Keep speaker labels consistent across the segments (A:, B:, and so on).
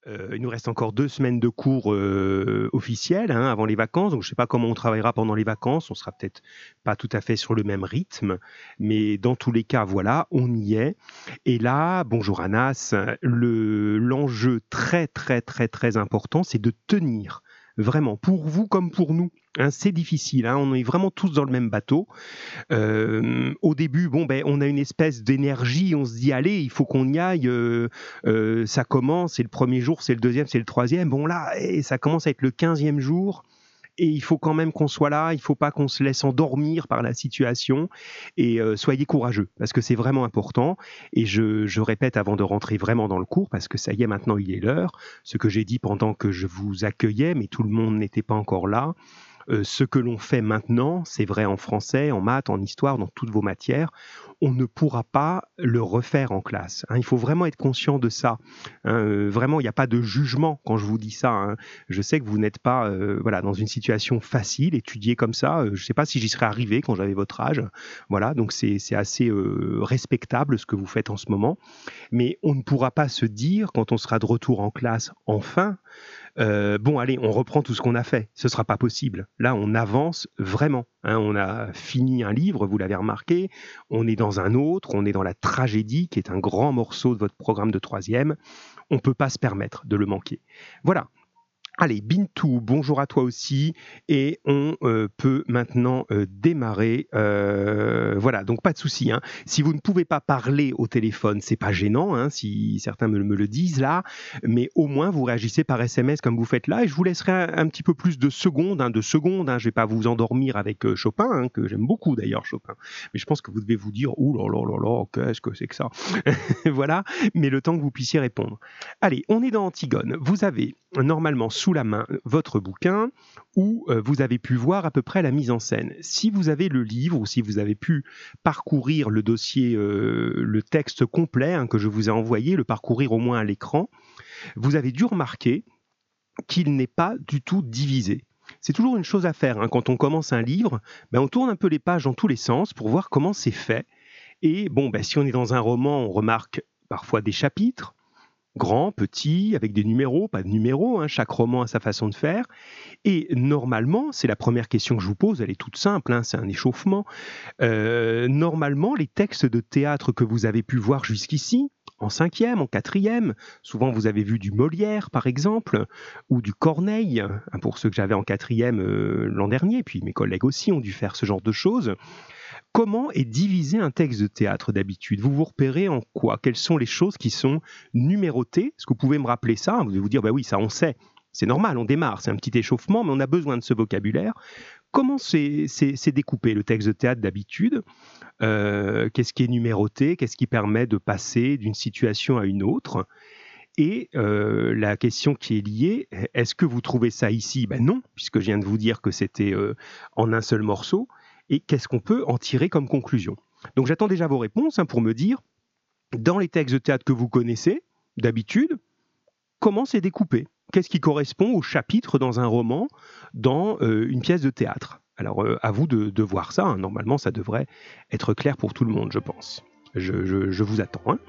A: Il nous reste encore 2 semaines de cours officiels avant les vacances, donc je ne sais pas comment on travaillera pendant les vacances, on sera peut-être pas tout à fait sur le même rythme, mais dans tous les cas, voilà, on y est. Et là, bonjour Anas, l'enjeu très très très très important, c'est de tenir. Vraiment, pour vous comme pour nous. C'est difficile, on est vraiment tous dans le même bateau. Au début, on a une espèce d'énergie, on se dit allez, il faut qu'on y aille, ça commence, c'est le premier jour, c'est le deuxième, c'est le troisième, bon là, ça commence à être le 15e jour, et il faut quand même qu'on soit là, il ne faut pas qu'on se laisse endormir par la situation, et soyez courageux, parce que c'est vraiment important, et je répète avant de rentrer vraiment dans le cours, parce que ça y est, maintenant il est l'heure, ce que j'ai dit pendant que je vous accueillais, mais tout le monde n'était pas encore là. Ce que l'on fait maintenant, c'est vrai en français, en maths, en histoire, dans toutes vos matières, on ne pourra pas le refaire en classe. Il faut vraiment être conscient de ça. Vraiment, il n'y a pas de jugement quand je vous dis ça. Je sais que vous n'êtes pas dans une situation facile, étudier comme ça. Je ne sais pas si j'y serais arrivé quand j'avais votre âge. Voilà, donc c'est assez respectable ce que vous faites en ce moment. Mais on ne pourra pas se dire, quand on sera de retour en classe, enfin, bon, allez, on reprend tout ce qu'on a fait. Ce ne sera pas possible. Là, on avance vraiment. On a fini un livre, vous l'avez remarqué. On est dans un autre. On est dans la tragédie, qui est un grand morceau de votre programme de troisième. On ne peut pas se permettre de le manquer. Voilà. Allez, Bintou, bonjour à toi aussi, et on peut maintenant démarrer. Voilà, donc pas de souci. Si vous ne pouvez pas parler au téléphone, c'est pas gênant, si certains me le disent là, mais au moins vous réagissez par SMS comme vous faites là, et je vous laisserai un petit peu plus de secondes. Je vais pas vous endormir avec Chopin, que j'aime beaucoup d'ailleurs Chopin, mais je pense que vous devez vous dire, ouh là là là là, qu'est-ce que c'est que ça. Voilà, mais le temps que vous puissiez répondre. Allez, on est dans Antigone. Vous avez normalement sous la main votre bouquin où vous avez pu voir à peu près la mise en scène. Si vous avez le livre ou si vous avez pu parcourir le dossier, le texte complet que je vous ai envoyé, le parcourir au moins à l'écran, vous avez dû remarquer qu'il n'est pas du tout divisé. C'est toujours une chose à faire. Quand on commence un livre, on tourne un peu les pages dans tous les sens pour voir comment c'est fait. Et si on est dans un roman, on remarque parfois des chapitres, grand, petit, avec des numéros, pas de numéros, chaque roman a sa façon de faire. Et normalement, c'est la première question que je vous pose, elle est toute simple, c'est un échauffement. Normalement, les textes de théâtre que vous avez pu voir jusqu'ici, en 5e, en 4e, souvent vous avez vu du Molière par exemple, ou du Corneille, pour ceux que j'avais en 4e l'an dernier, puis mes collègues aussi ont dû faire ce genre de choses. Comment est divisé un texte de théâtre d'habitude? Vous vous repérez en quoi? Quelles sont les choses qui sont numérotées? Est-ce que vous pouvez me rappeler ça? Vous allez vous dire, oui, ça on sait. C'est normal, on démarre, c'est un petit échauffement, mais on a besoin de ce vocabulaire. Comment c'est découpé le texte de théâtre d'habitude? Qu'est-ce qui est numéroté? Qu'est-ce qui permet de passer d'une situation à une autre? Et la question qui est liée, est-ce que vous trouvez ça ici? Non, puisque je viens de vous dire que c'était en un seul morceau. Et qu'est-ce qu'on peut en tirer comme conclusion? Donc j'attends déjà vos réponses pour me dire, dans les textes de théâtre que vous connaissez, d'habitude, comment c'est découpé? Qu'est-ce qui correspond au chapitre dans un roman, dans une pièce de théâtre? Alors à vous de voir ça. Normalement, ça devrait être clair pour tout le monde, je pense. Je vous attends.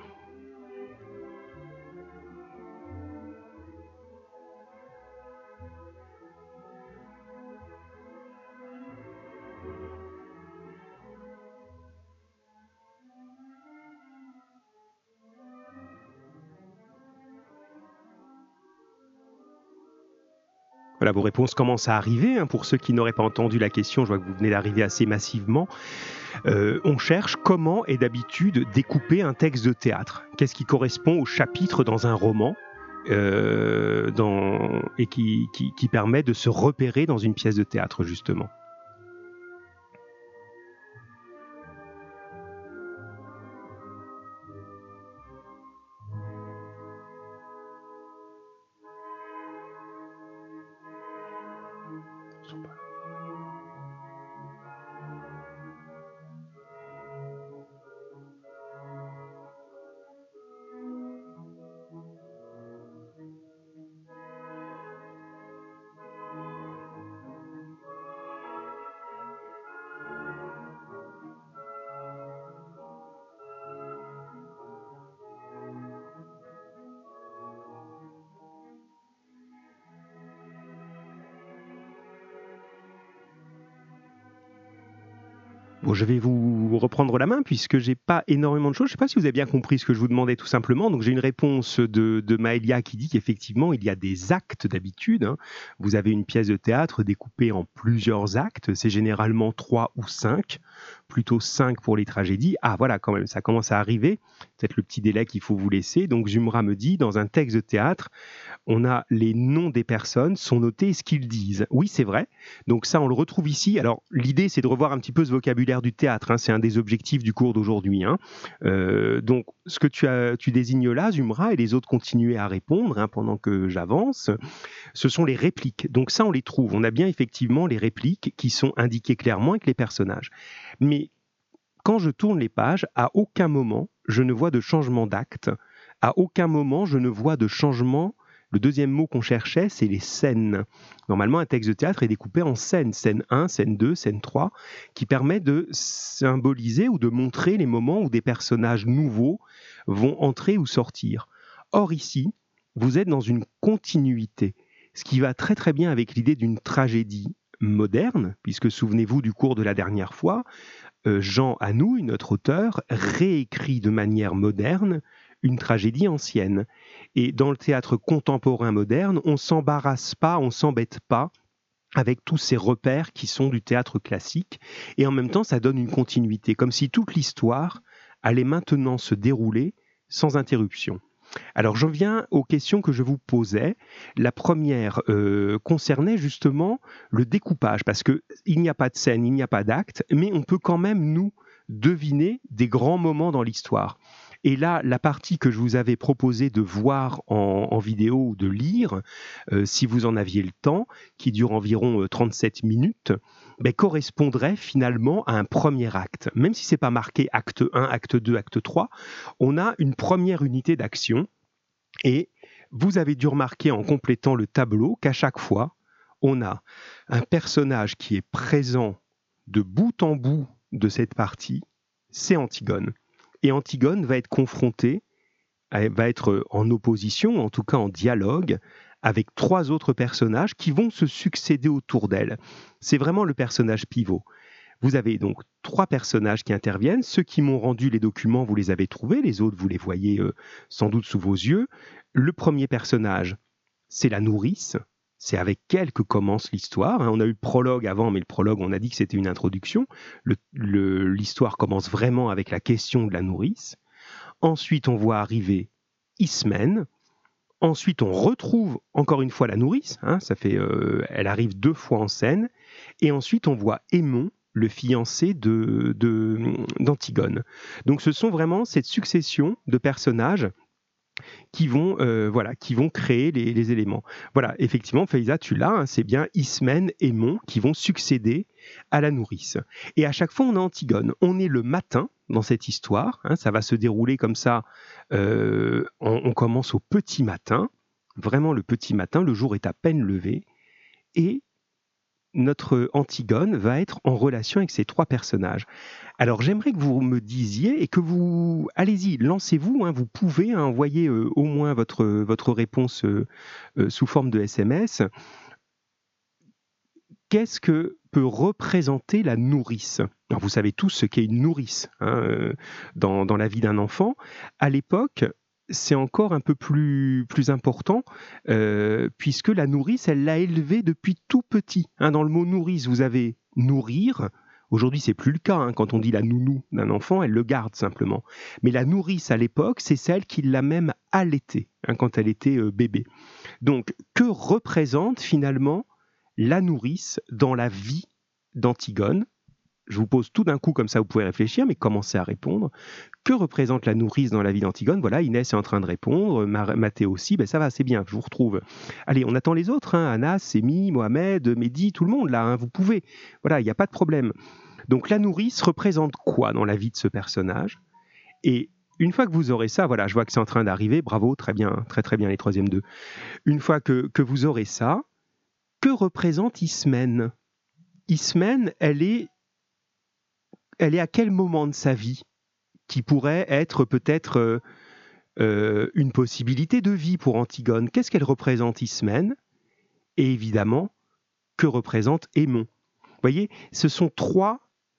A: Voilà, vos réponses commencent à arriver. Pour ceux qui n'auraient pas entendu la question, je vois que vous venez d'arriver assez massivement. On cherche comment est d'habitude découpé un texte de théâtre. Qu'est-ce qui correspond au chapitre dans un roman et qui permet de se repérer dans une pièce de théâtre, justement. Bon, je vais vous reprendre la main puisque j'ai pas énormément de choses. Je ne sais pas si vous avez bien compris ce que je vous demandais tout simplement. Donc j'ai une réponse de Maëlia qui dit qu'effectivement il y a des actes d'habitude. Hein. Vous avez une pièce de théâtre découpée en plusieurs actes. C'est généralement 3 ou 5, plutôt 5 pour les tragédies. Ah voilà, quand même, ça commence à arriver. Peut-être le petit délai qu'il faut vous laisser. Donc Zumra me dit, dans un texte de théâtre, on a les noms des personnes sont notés et ce qu'ils disent. Oui, c'est vrai. Donc ça, on le retrouve ici. Alors l'idée, c'est de revoir un petit peu ce vocabulaire du théâtre. Hein. C'est un des objectifs du cours d'aujourd'hui. Hein. Donc ce que tu désignes là, Zumra, et les autres continuaient à répondre pendant que j'avance, ce sont les répliques. Donc ça, on les trouve. On a bien effectivement les répliques qui sont indiquées clairement avec les personnages. Mais quand je tourne les pages, à aucun moment, je ne vois de changement d'acte. À aucun moment, je ne vois de changement. Le deuxième mot qu'on cherchait, c'est les scènes. Normalement, un texte de théâtre est découpé en scènes. Scène 1, scène 2, scène 3, qui permet de symboliser ou de montrer les moments où des personnages nouveaux vont entrer ou sortir. Or ici, vous êtes dans une continuité, ce qui va très très bien avec l'idée d'une tragédie moderne, puisque souvenez-vous du cours de la dernière fois, Jean Anouilh, notre auteur, réécrit de manière moderne une tragédie ancienne. Et dans le théâtre contemporain moderne, on ne s'embarrasse pas, on ne s'embête pas avec tous ces repères qui sont du théâtre classique. Et en même temps, ça donne une continuité, comme si toute l'histoire allait maintenant se dérouler sans interruption. Alors j'en viens aux questions que je vous posais. La première concernait justement le découpage, parce qu'il n'y a pas de scène, il n'y a pas d'acte, mais on peut quand même nous deviner des grands moments dans l'histoire. Et là, la partie que je vous avais proposé de voir en vidéo ou de lire, si vous en aviez le temps, qui dure environ 37 minutes, correspondrait finalement à un premier acte. Même si ce n'est pas marqué acte 1, acte 2, acte 3, on a une première unité d'action. Et vous avez dû remarquer en complétant le tableau qu'à chaque fois, on a un personnage qui est présent de bout en bout de cette partie, c'est Antigone. Et Antigone va être confrontée, va être en opposition, en tout cas en dialogue, avec 3 autres personnages qui vont se succéder autour d'elle. C'est vraiment le personnage pivot. Vous avez donc 3 personnages qui interviennent. Ceux qui m'ont rendu les documents, vous les avez trouvés. Les autres, vous les voyez sans doute sous vos yeux. Le premier personnage, c'est la nourrice. C'est avec elle que commence l'histoire. On a eu le prologue avant, mais le prologue, on a dit que c'était une introduction. L'histoire commence vraiment avec la question de la nourrice. Ensuite, on voit arriver Ismène. Ensuite, on retrouve encore une fois la nourrice. Elle arrive 2 fois en scène. Et ensuite, on voit Aimon, le fiancé d'Antigone. Donc ce sont vraiment cette succession de personnages qui vont créer les éléments. Voilà, effectivement, Faiza, tu l'as, c'est bien Ismène et Aimon qui vont succéder à la nourrice. Et à chaque fois, on a Antigone. On est le matin dans cette histoire, ça va se dérouler comme ça, on commence au petit matin, vraiment le petit matin, le jour est à peine levé, et notre Antigone va être en relation avec ces 3 personnages. Alors j'aimerais que vous me disiez et que vous... Allez-y, lancez-vous, vous pouvez envoyer au moins votre réponse sous forme de SMS. Qu'est-ce que peut représenter la nourrice ? Alors, vous savez tous ce qu'est une nourrice dans la vie d'un enfant. À l'époque, c'est encore un peu plus important, puisque la nourrice, elle l'a élevé depuis tout petit. Dans le mot nourrice, vous avez nourrir. Aujourd'hui, c'est plus le cas. Quand on dit la nounou d'un enfant, elle le garde simplement. Mais la nourrice, à l'époque, c'est celle qui l'a même allaitée quand elle était bébé. Donc, que représente finalement la nourrice dans la vie d'Antigone ? Je vous pose tout d'un coup, comme ça vous pouvez réfléchir, mais commencez à répondre. Que représente la nourrice dans la vie d'Antigone ? Voilà, Inès est en train de répondre, Mathéo aussi, ça va, c'est bien, je vous retrouve. Allez, on attend les autres, Anas, Sémi, Mohamed, Mehdi, tout le monde là, vous pouvez. Voilà, il n'y a pas de problème. Donc la nourrice représente quoi dans la vie de ce personnage ? Et une fois que vous aurez ça, voilà, je vois que c'est en train d'arriver, bravo, très bien, très très bien les 3e 2. Une fois que vous aurez ça, que représente Ismène ? Ismène, elle est à quel moment de sa vie qui pourrait être peut-être une possibilité de vie pour Antigone ? Qu'est-ce qu'elle représente, Ismène ? Et évidemment, que représente Aimon ? Vous voyez, ce sont 3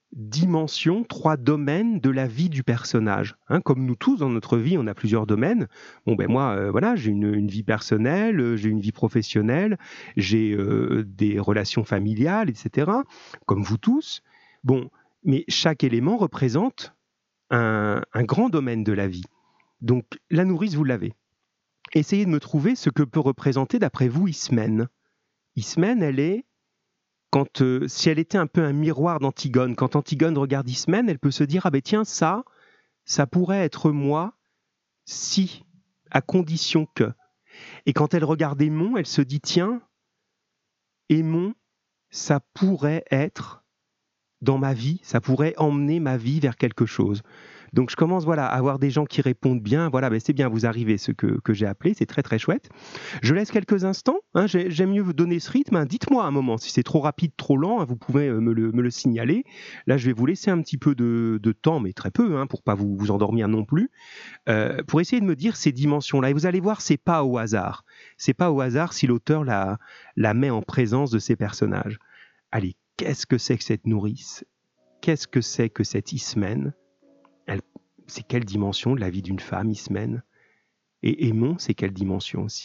A: dimensions, 3 domaines de la vie du personnage. Comme nous tous, dans notre vie, on a plusieurs domaines. Bon, ben moi, voilà, j'ai une vie personnelle, j'ai une vie professionnelle, j'ai des relations familiales, etc., comme vous tous. Bon, mais chaque élément représente un grand domaine de la vie. Donc, la nourrice, vous l'avez. Essayez de me trouver ce que peut représenter, d'après vous, Ismène. Ismène, elle est... si elle était un peu un miroir d'Antigone, quand Antigone regarde Ismène, elle peut se dire « Ah ben tiens, ça pourrait être moi, si, à condition que... » Et quand elle regarde Aimon, elle se dit « Tiens, Aimon, ça pourrait être dans ma vie, ça pourrait emmener ma vie vers quelque chose. » Donc je commence à avoir des gens qui répondent bien. Voilà, ben c'est bien, vous arrivez, ce que j'ai appelé, c'est très très chouette. Je laisse quelques instants, j'aime mieux vous donner ce rythme. Dites-moi un moment, si c'est trop rapide, trop lent, vous pouvez me le signaler. Là, je vais vous laisser un petit peu de temps, mais très peu, pour pas vous endormir non plus, pour essayer de me dire ces dimensions-là. Et vous allez voir, c'est pas au hasard. C'est pas au hasard si l'auteur la met en présence de ces personnages. Allez, qu'est-ce que c'est que cette nourrice ? Qu'est-ce que c'est que cette Ismène ? C'est quelle dimension de la vie d'une femme, Ismène ? Et Aimon, c'est quelle dimension aussi ?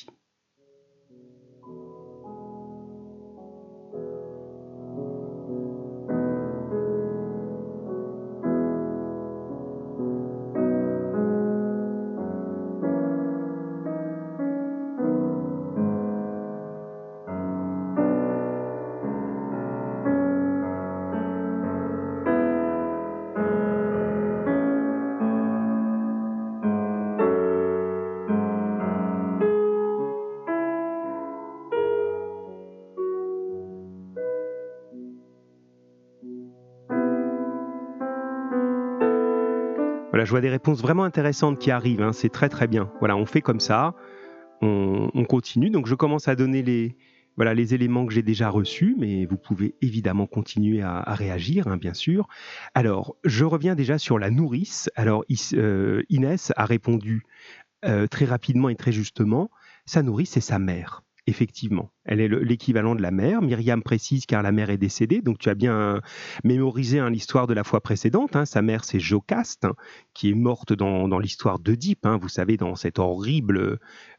A: Voilà, je vois des réponses vraiment intéressantes qui arrivent, c'est très très bien. Voilà, on fait comme ça, on continue. Donc je commence à donner les éléments que j'ai déjà reçus, mais vous pouvez évidemment continuer à réagir, bien sûr. Alors, je reviens déjà sur la nourrice. Alors, Inès a répondu très rapidement et très justement, sa nourrice, c'est sa mère. Effectivement, elle est l'équivalent de la mère. Myriam précise car la mère est décédée, donc tu as bien mémorisé l'histoire de la fois précédente. Sa mère, c'est Jocaste, qui est morte dans l'histoire d'Œdipe. Vous savez, dans cet horrible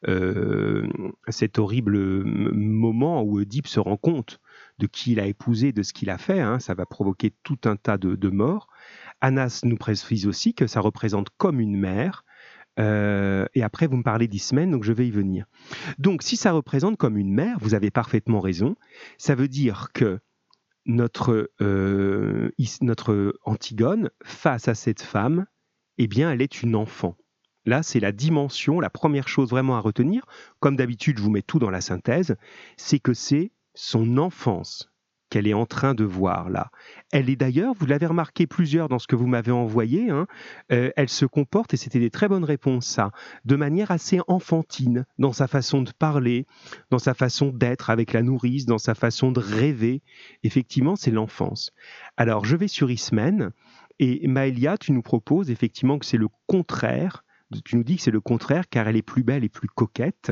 A: moment oùŒdipe se rend compte de qui il a épousé, de ce qu'il a fait. Ça va provoquer tout un tas de morts. Anas nous précise aussi que ça représente comme une mère. Et après, vous me parlez d'Ismène, donc je vais y venir. Donc, si ça représente comme une mère, vous avez parfaitement raison. Ça veut dire que notre Antigone, face à cette femme, eh bien, elle est une enfant. Là, c'est la dimension, la première chose vraiment à retenir. Comme d'habitude, je vous mets tout dans la synthèse. C'est que c'est son enfance qu'elle est en train de voir là. Elle est d'ailleurs, vous l'avez remarqué plusieurs dans ce que vous m'avez envoyé, elle se comporte, et c'était des très bonnes réponses ça, de manière assez enfantine, dans sa façon de parler, dans sa façon d'être avec la nourrice, dans sa façon de rêver. Effectivement, c'est l'enfance. Alors, je vais sur Ismène, et Maëlia, tu nous proposes effectivement que c'est le contraire, tu nous dis que c'est le contraire, car elle est plus belle et plus coquette.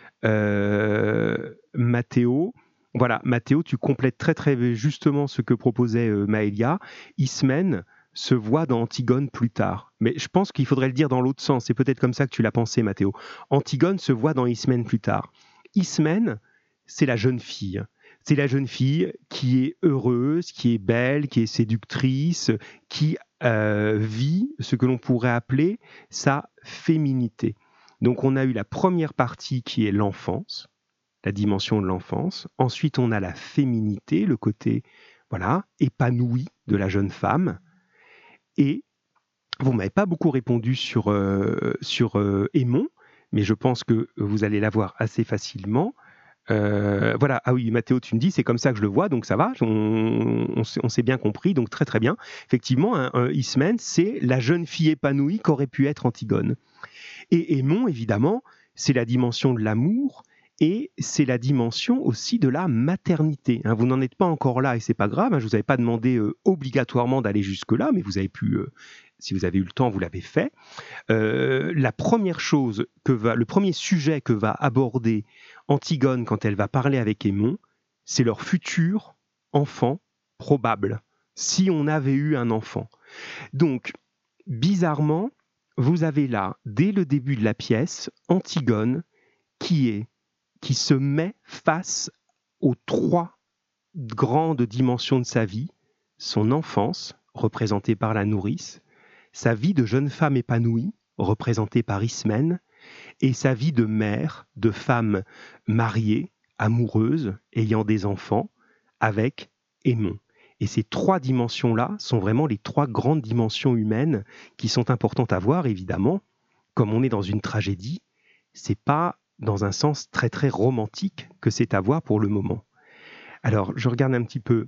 A: Mathéo, voilà, Mathéo, tu complètes très très justement ce que proposait Maëlia. Ismène se voit dans Antigone plus tard. Mais je pense qu'il faudrait le dire dans l'autre sens. C'est peut-être comme ça que tu l'as pensé, Mathéo. Antigone se voit dans Ismène plus tard. Ismène, c'est la jeune fille. C'est la jeune fille qui est heureuse, qui est belle, qui est séductrice, qui vit ce que l'on pourrait appeler sa féminité. Donc on a eu la première partie qui est l'enfance, la dimension de l'enfance. Ensuite, on a la féminité, le côté épanoui de la jeune femme. Et vous ne m'avez pas beaucoup répondu sur Aimon, mais je pense que vous allez l'avoir assez facilement. Voilà, ah oui, Mathéo, tu me dis, c'est comme ça que je le vois, donc ça va, on s'est bien compris, donc très très bien. Effectivement, Ismène, c'est la jeune fille épanouie qu'aurait pu être Antigone. Et Aimon, évidemment, c'est la dimension de l'amour, et c'est la dimension aussi de la maternité. Vous n'en êtes pas encore là et c'est pas grave, je vous avais pas demandé obligatoirement d'aller jusque-là, mais vous avez pu, si vous avez eu le temps, vous l'avez fait. La première chose le premier sujet que va aborder Antigone quand elle va parler avec Aimon, c'est leur futur enfant probable. si on avait eu un enfant. Donc, bizarrement, vous avez là, dès le début de la pièce, Antigone qui se met face aux trois grandes dimensions de sa vie, son enfance, représentée par la nourrice, sa vie de jeune femme épanouie, représentée par Ismène, et sa vie de mère, de femme mariée, amoureuse, ayant des enfants, avec Aimon. Et ces trois dimensions-là sont vraiment les trois grandes dimensions humaines qui sont importantes à voir, évidemment. Comme on est dans une tragédie, c'est pas dans un sens très très romantique que c'est à voir pour le moment. Alors, je regarde un petit peu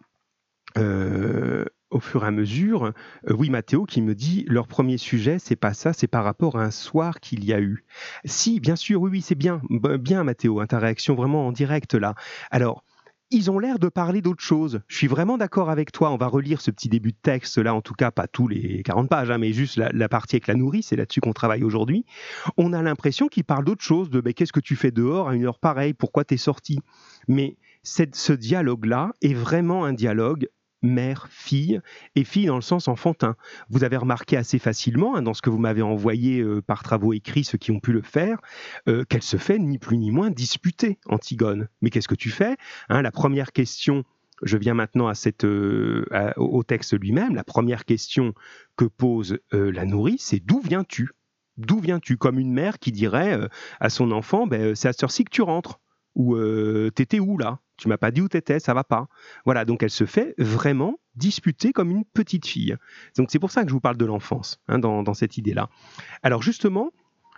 A: au fur et à mesure. Oui, Mathéo qui me dit, leur premier sujet, c'est pas ça, c'est par rapport à un soir qu'il y a eu. Si, bien sûr, oui, c'est bien, bien Mathéo, hein, ta réaction vraiment en direct là. Alors, ils ont l'air de parler d'autre chose. Je suis vraiment d'accord avec toi. On va relire ce petit début de texte là, en tout cas pas tous les 40 pages, hein, mais juste la partie avec la nourrice, c'est là-dessus qu'on travaille aujourd'hui. On a l'impression qu'ils parlent d'autre chose, de qu'est-ce que tu fais dehors à une heure pareille, pourquoi t'es sorti. Mais ce dialogue-là est vraiment un dialogue mère-fille, et fille dans le sens enfantin. Vous avez remarqué assez facilement, hein, dans ce que vous m'avez envoyé par travaux écrits, ceux qui ont pu le faire, qu'elle se fait ni plus ni moins disputer, Antigone. Mais qu'est-ce que tu fais, hein, la première question, je viens maintenant au texte lui-même, la première question que pose la nourrice, c'est d'où viens-tu ? D'où viens-tu ? Comme une mère qui dirait à son enfant, c'est à cette heure-ci que tu rentres. Ou t'étais où là ? Tu m'as pas dit où t'étais, ça va pas. Voilà, donc elle se fait vraiment disputer comme une petite fille. Donc c'est pour ça que je vous parle de l'enfance, hein, dans cette idée-là. Alors justement,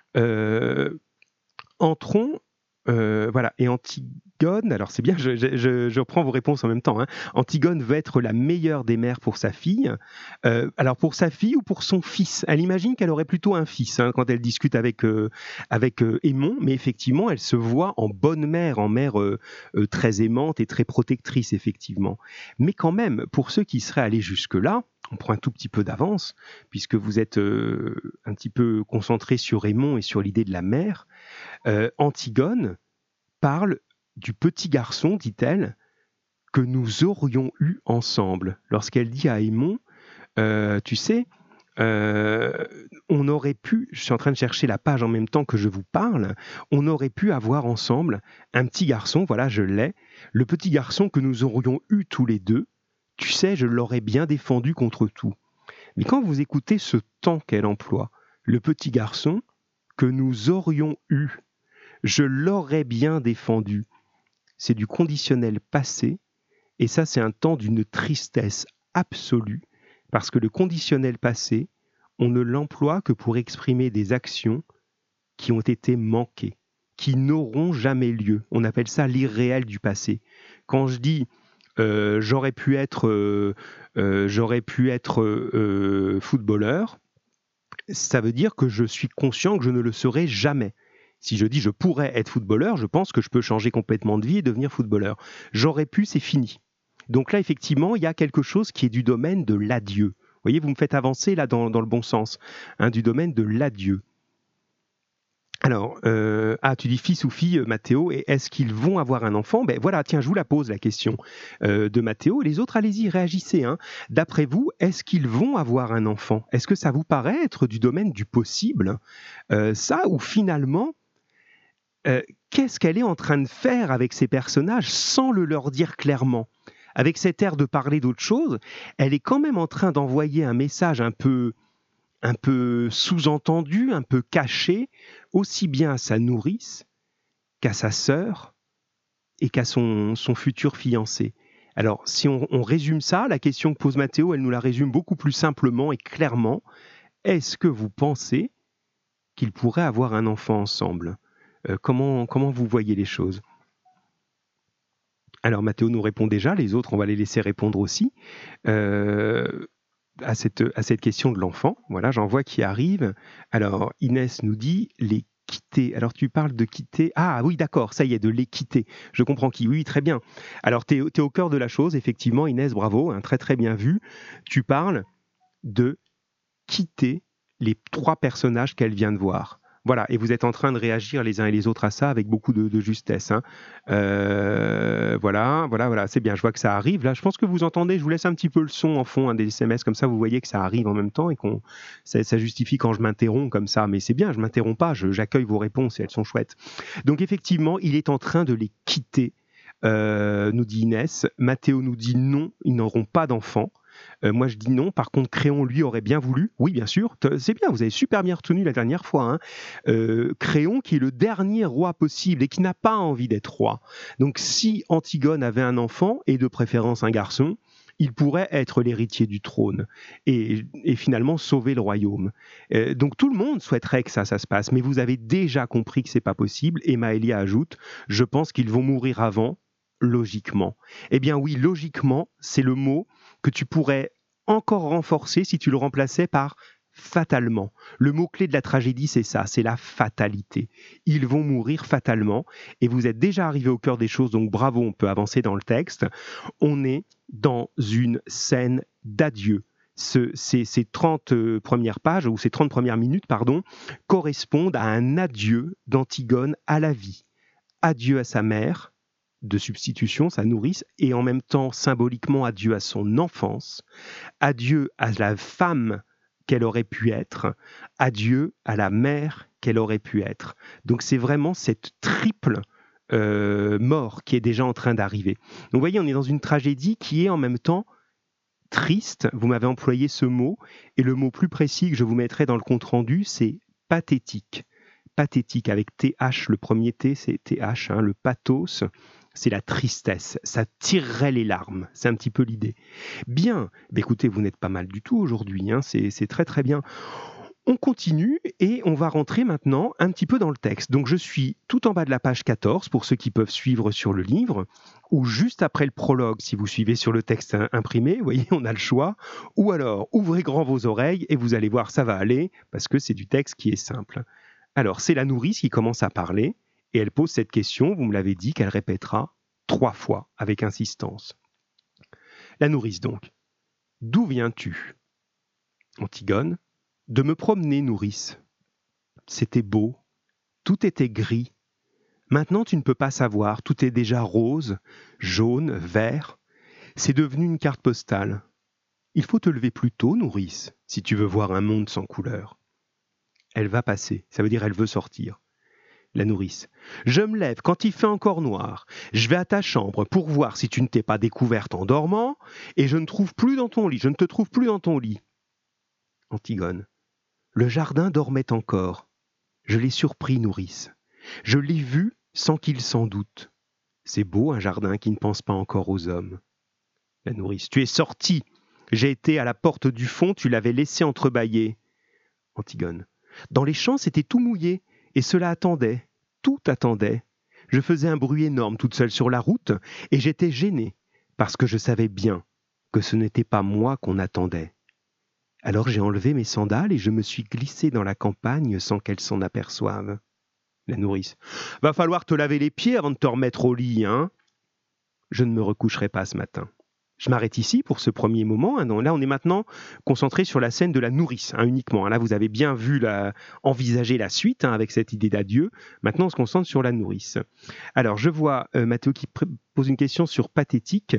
A: entrons, voilà, et Antigone, alors c'est bien, je reprends vos réponses en même temps, hein. Antigone veut être la meilleure des mères pour sa fille. Alors pour sa fille ou pour son fils ? Elle imagine qu'elle aurait plutôt un fils, hein, quand elle discute avec Aimon, mais effectivement, elle se voit en bonne mère, en mère très aimante et très protectrice, effectivement. Mais quand même, pour ceux qui seraient allés jusque-là, on prend un tout petit peu d'avance, puisque vous êtes un petit peu concentrés sur Aimon et sur l'idée de la mère. Antigone parle du petit garçon, dit-elle, que nous aurions eu ensemble. Lorsqu'elle dit à Aimon, tu sais, on aurait pu, je suis en train de chercher la page en même temps que je vous parle, on aurait pu avoir ensemble un petit garçon, voilà, je l'ai, le petit garçon que nous aurions eu tous les deux, tu sais, je l'aurais bien défendu contre tout. Mais quand vous écoutez ce temps qu'elle emploie, le petit garçon que nous aurions eu, je l'aurais bien défendu. C'est du conditionnel passé, et ça c'est un temps d'une tristesse absolue, parce que le conditionnel passé, on ne l'emploie que pour exprimer des actions qui ont été manquées, qui n'auront jamais lieu. On appelle ça l'irréel du passé. Quand je dis j'aurais pu être footballeur, ça veut dire que je suis conscient que je ne le serai jamais. Si je dis je pourrais être footballeur, je pense que je peux changer complètement de vie et devenir footballeur. J'aurais pu, c'est fini. Donc là, effectivement, il y a quelque chose qui est du domaine de l'adieu. Vous voyez, vous me faites avancer là dans le bon sens, hein, du domaine de l'adieu. Alors, tu dis fils ou fille, Mathéo, et est-ce qu'ils vont avoir un enfant ? Ben voilà, tiens, je vous la pose la question de Mathéo. Les autres, allez-y, réagissez. Hein. D'après vous, est-ce qu'ils vont avoir un enfant ? Est-ce que ça vous paraît être du domaine du possible ? Ça, ou finalement, qu'est-ce qu'elle est en train de faire avec ces personnages sans le leur dire clairement ? Avec cet air de parler d'autre chose, elle est quand même en train d'envoyer un message un peu sous-entendu, un peu caché, aussi bien à sa nourrice qu'à sa sœur et qu'à son futur fiancé. Alors, si on résume ça, la question que pose Mathéo, elle nous la résume beaucoup plus simplement et clairement. Est-ce que vous pensez qu'ils pourraient avoir un enfant ensemble ? Comment vous voyez les choses ? Alors, Mathéo nous répond déjà, les autres, on va les laisser répondre aussi. À cette question de l'enfant. Voilà, j'en vois qui arrive. Alors, Inès nous dit les quitter. Alors, tu parles de quitter. Ah oui, d'accord, ça y est, de les quitter. Je comprends qui. Oui, très bien. Alors, tu es au cœur de la chose, effectivement, Inès, bravo, hein, très très bien vu. Tu parles de quitter les trois personnages qu'elle vient de voir. Voilà, et vous êtes en train de réagir les uns et les autres à ça avec beaucoup de justesse. Hein. Voilà, c'est bien, je vois que ça arrive. Là, je pense que vous entendez, je vous laisse un petit peu le son en fond, des SMS, comme ça vous voyez que ça arrive en même temps et ça justifie quand je m'interromps comme ça. Mais c'est bien, je ne m'interromps pas, j'accueille vos réponses et elles sont chouettes. Donc effectivement, il est en train de les quitter, nous dit Inès. Mathéo nous dit non, ils n'auront pas d'enfants. Moi, je dis non. Par contre, Créon, lui, aurait bien voulu. Oui, bien sûr. C'est bien, vous avez super bien retenu la dernière fois. Hein. Créon, qui est le dernier roi possible et qui n'a pas envie d'être roi. Donc, si Antigone avait un enfant, et de préférence un garçon, il pourrait être l'héritier du trône et finalement sauver le royaume. Donc, tout le monde souhaiterait que ça se passe. Mais vous avez déjà compris que c'est pas possible. Et Maëlia ajoute, je pense qu'ils vont mourir avant, logiquement. Eh bien oui, logiquement, c'est le mot que tu pourrais encore renforcer si tu le remplaçais par fatalement. Le mot-clé de la tragédie, c'est ça, c'est la fatalité. Ils vont mourir fatalement, et vous êtes déjà arrivé au cœur des choses, donc bravo, on peut avancer dans le texte. On est dans une scène d'adieu. Ces 30 premières pages, ou ces 30 premières minutes, correspondent à un adieu d'Antigone à la vie. Adieu à sa mère, de substitution, sa nourrice, et en même temps symboliquement adieu à son enfance, adieu à la femme qu'elle aurait pu être, adieu à la mère qu'elle aurait pu être. Donc c'est vraiment cette triple mort qui est déjà en train d'arriver. Donc vous voyez, on est dans une tragédie qui est en même temps triste, vous m'avez employé ce mot, et le mot plus précis que je vous mettrai dans le compte-rendu, c'est pathétique. Pathétique avec TH, le premier T c'est TH, le pathos, c'est la tristesse, ça tirerait les larmes, c'est un petit peu l'idée. Bien, écoutez, vous n'êtes pas mal du tout aujourd'hui, c'est très très bien. On continue et on va rentrer maintenant un petit peu dans le texte. Donc je suis tout en bas de la page 14 pour ceux qui peuvent suivre sur le livre, ou juste après le prologue si vous suivez sur le texte imprimé, vous voyez, on a le choix, ou alors ouvrez grand vos oreilles et vous allez voir, ça va aller, parce que c'est du texte qui est simple. Alors c'est la nourrice qui commence à parler, et elle pose cette question, vous me l'avez dit, qu'elle répétera 3 fois avec insistance. La nourrice donc. D'où viens-tu ? Antigone. De me promener, nourrice. C'était beau, tout était gris. Maintenant tu ne peux pas savoir, tout est déjà rose, jaune, vert. C'est devenu une carte postale. Il faut te lever plus tôt, nourrice, si tu veux voir un monde sans couleur. Elle va passer, ça veut dire elle veut sortir. La nourrice. Je me lève quand il fait encore noir. Je vais à ta chambre pour voir si tu ne t'es pas découverte en dormant, et je ne te trouve plus dans ton lit. Antigone. Le jardin dormait encore. Je l'ai surpris, nourrice. Je l'ai vu sans qu'il s'en doute. C'est beau un jardin qui ne pense pas encore aux hommes. La nourrice. Tu es sortie. J'ai été à la porte du fond, tu l'avais laissé entrebâillée. Antigone. Dans les champs, c'était tout mouillé. Et cela attendait, tout attendait. Je faisais un bruit énorme toute seule sur la route, et j'étais gênée, parce que je savais bien que ce n'était pas moi qu'on attendait. Alors j'ai enlevé mes sandales et je me suis glissée dans la campagne sans qu'elle s'en aperçoive. La nourrice. Va falloir te laver les pieds avant de te remettre au lit, hein ? Je ne me recoucherai pas ce matin. Je m'arrête ici pour ce premier moment. Donc là, on est maintenant concentré sur la scène de la nourrice, uniquement. Là, vous avez bien vu envisager la suite avec cette idée d'adieu. Maintenant, on se concentre sur la nourrice. Alors, je vois Mathéo qui pose une question sur pathétique.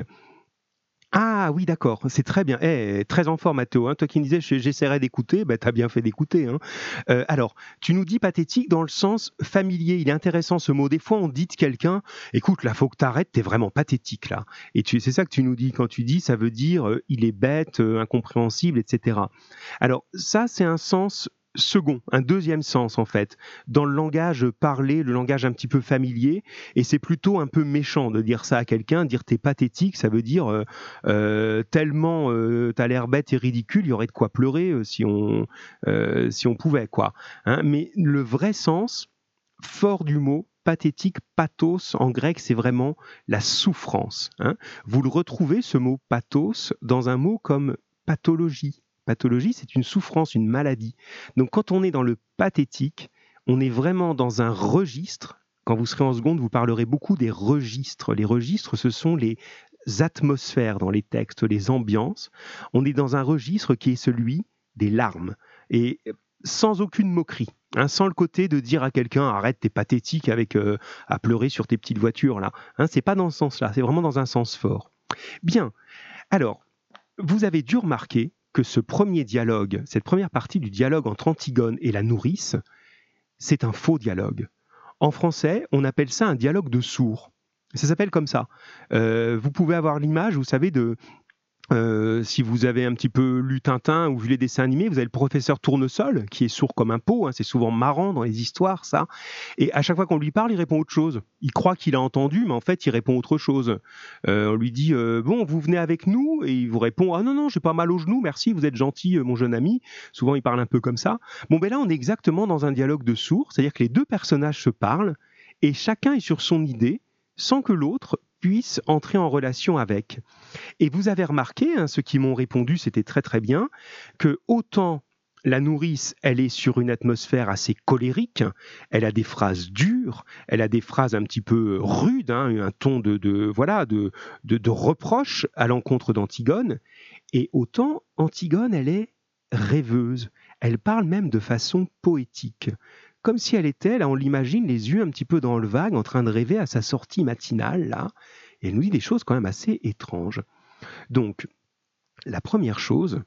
A: Ah oui, d'accord, c'est très bien. Très en forme, Mathéo. Toi qui me disais, j'essaierai d'écouter, t'as bien fait d'écouter. Alors, tu nous dis pathétique dans le sens familier. Il est intéressant ce mot. Des fois, on dit de quelqu'un, écoute, là, faut que t'arrêtes, t'es vraiment pathétique, là. Et c'est ça que tu nous dis. Quand tu dis, ça veut dire, il est bête, incompréhensible, etc. Alors, ça, c'est un sens second, un deuxième sens en fait, dans le langage parlé, le langage un petit peu familier, et c'est plutôt un peu méchant de dire ça à quelqu'un, dire t'es pathétique, ça veut dire tellement t'as l'air bête et ridicule, il y aurait de quoi pleurer si on pouvait, quoi. Mais le vrai sens fort du mot pathétique, pathos, en grec, c'est vraiment la souffrance. Vous le retrouvez, ce mot pathos, dans un mot comme pathologie. Pathologie, c'est une souffrance, une maladie. Donc quand on est dans le pathétique, on est vraiment dans un registre. Quand vous serez en seconde, vous parlerez beaucoup des registres. Les registres, ce sont les atmosphères dans les textes, les ambiances. On est dans un registre qui est celui des larmes. Et sans aucune moquerie. Hein, sans le côté de dire à quelqu'un arrête, t'es pathétique avec à pleurer sur tes petites voitures là. Hein, c'est pas dans ce sens-là, c'est vraiment dans un sens fort. Bien. Alors, vous avez dû remarquer que ce premier dialogue, cette première partie du dialogue entre Antigone et la nourrice, c'est un faux dialogue. En français, on appelle ça un dialogue de sourds. Ça s'appelle comme ça. Vous pouvez avoir l'image, vous savez, si vous avez un petit peu lu Tintin ou vu les dessins animés, vous avez le professeur Tournesol qui est sourd comme un pot, hein, c'est souvent marrant dans les histoires ça, et à chaque fois qu'on lui parle, il répond autre chose. Il croit qu'il a entendu, mais en fait il répond autre chose. On lui dit bon, vous venez avec nous, et il vous répond ah non, j'ai pas mal au genou, merci, vous êtes gentil mon jeune ami. Souvent il parle un peu comme ça. Bon ben là on est exactement dans un dialogue de sourds, c'est-à-dire que les deux personnages se parlent et chacun est sur son idée sans que l'autre puisse entrer en relation avec. Et vous avez remarqué, hein, ceux qui m'ont répondu, c'était très très bien, que autant la nourrice, elle est sur une atmosphère assez colérique, elle a des phrases dures, elle a des phrases un petit peu rudes, hein, un ton de reproche à l'encontre d'Antigone, et autant Antigone, elle est rêveuse, elle parle même de façon poétique. Comme si elle était, là on l'imagine, les yeux un petit peu dans le vague, en train de rêver à sa sortie matinale, là, et elle nous dit des choses quand même assez étranges. Donc, la première chose,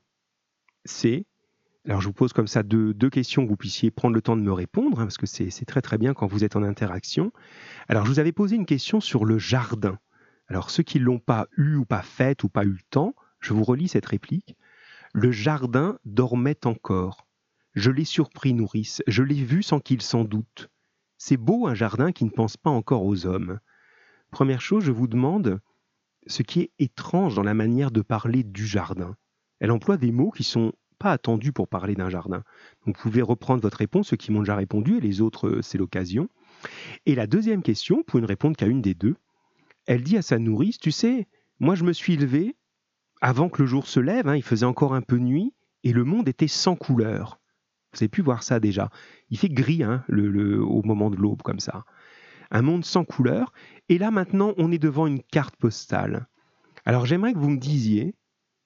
A: c'est, alors je vous pose comme ça deux questions que vous puissiez prendre le temps de me répondre, hein, parce que c'est très très bien quand vous êtes en interaction. Alors, je vous avais posé une question sur le jardin. Alors, ceux qui ne l'ont pas eu ou pas fait ou pas eu le temps, je vous relis cette réplique. Le jardin dormait encore. Je l'ai surpris, nourrice, je l'ai vu sans qu'il s'en doute. C'est beau un jardin qui ne pense pas encore aux hommes. Première chose, je vous demande ce qui est étrange dans la manière de parler du jardin. Elle emploie des mots qui ne sont pas attendus pour parler d'un jardin. Donc vous pouvez reprendre votre réponse, ceux qui m'ont déjà répondu, et les autres, c'est l'occasion. Et la deuxième question, vous pouvez ne répondre qu'à une des deux. Elle dit à sa nourrice, tu sais, moi je me suis levé avant que le jour se lève, hein, il faisait encore un peu nuit, et le monde était sans couleur. Vous avez pu voir ça déjà. Il fait gris hein, au moment de l'aube, comme ça. Un monde sans couleur. Et là, maintenant, on est devant une carte postale. Alors, j'aimerais que vous me disiez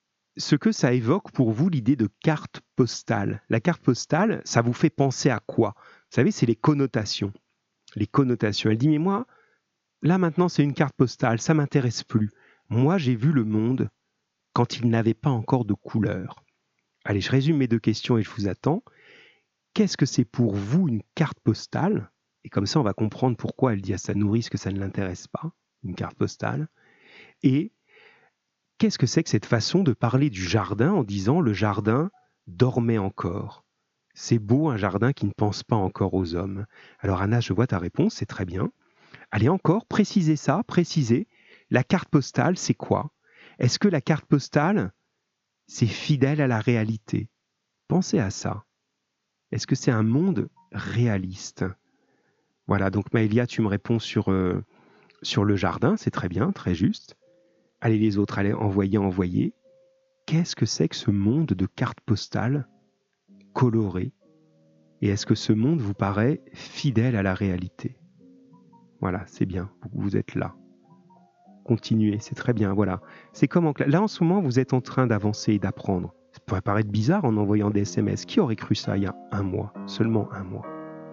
A: ce que ça évoque pour vous, l'idée de carte postale. La carte postale, ça vous fait penser à quoi? Vous savez, c'est les connotations. Les connotations. Elle dit, mais moi, là, maintenant, c'est une carte postale. Ça ne m'intéresse plus. Moi, j'ai vu le monde quand il n'avait pas encore de couleur. Allez, je résume mes deux questions et je vous attends. Qu'est-ce que c'est pour vous une carte postale? Et comme ça, on va comprendre pourquoi elle dit à sa nourrice que ça ne l'intéresse pas, une carte postale. Et qu'est-ce que c'est que cette façon de parler du jardin en disant le jardin dormait encore? C'est beau un jardin qui ne pense pas encore aux hommes. Alors Anna, je vois ta réponse, c'est très bien. Allez encore, précisez ça, précisez. La carte postale, c'est quoi? Est-ce que la carte postale, c'est fidèle à la réalité? Pensez à ça. Est-ce que c'est un monde réaliste? Voilà, donc Maëlia, tu me réponds sur le jardin, c'est très bien, très juste. Allez les autres, allez, envoyez. Qu'est-ce que c'est que ce monde de cartes postales colorées? Et est-ce que ce monde vous paraît fidèle à la réalité? Voilà, c'est bien, vous êtes là. Continuez, c'est très bien, voilà. C'est comme là en ce moment, vous êtes en train d'avancer et d'apprendre. Ça pourrait paraître bizarre en envoyant des SMS. Qui aurait cru ça il y a un mois, seulement un mois?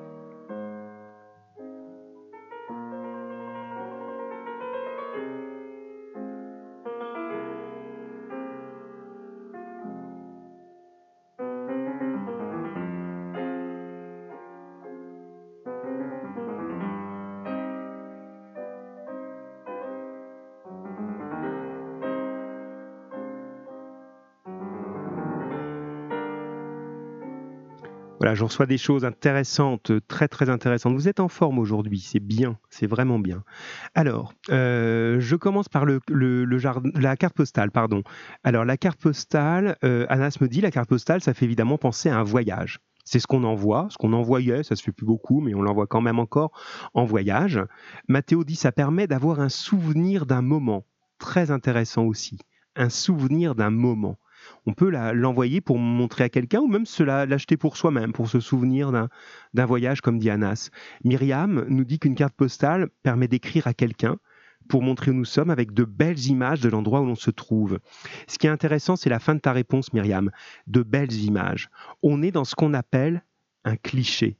A: Voilà, je reçois des choses intéressantes, très très intéressantes. Vous êtes en forme aujourd'hui, c'est bien, c'est vraiment bien. Alors, je commence par la carte postale, pardon. Alors, la carte postale, Anas me dit, la carte postale, ça fait évidemment penser à un voyage. C'est ce qu'on envoie, ce qu'on envoyait, ça se fait plus beaucoup, mais on l'envoie quand même encore en voyage. Mathéo dit, ça permet d'avoir un souvenir d'un moment, très intéressant aussi, un souvenir d'un moment. On peut l'envoyer pour montrer à quelqu'un ou même l'acheter pour soi-même, pour se souvenir d'un voyage comme dit Anas. Myriam nous dit qu'une carte postale permet d'écrire à quelqu'un pour montrer où nous sommes avec de belles images de l'endroit où l'on se trouve. Ce qui est intéressant, c'est la fin de ta réponse, Myriam. De belles images. On est dans ce qu'on appelle un cliché.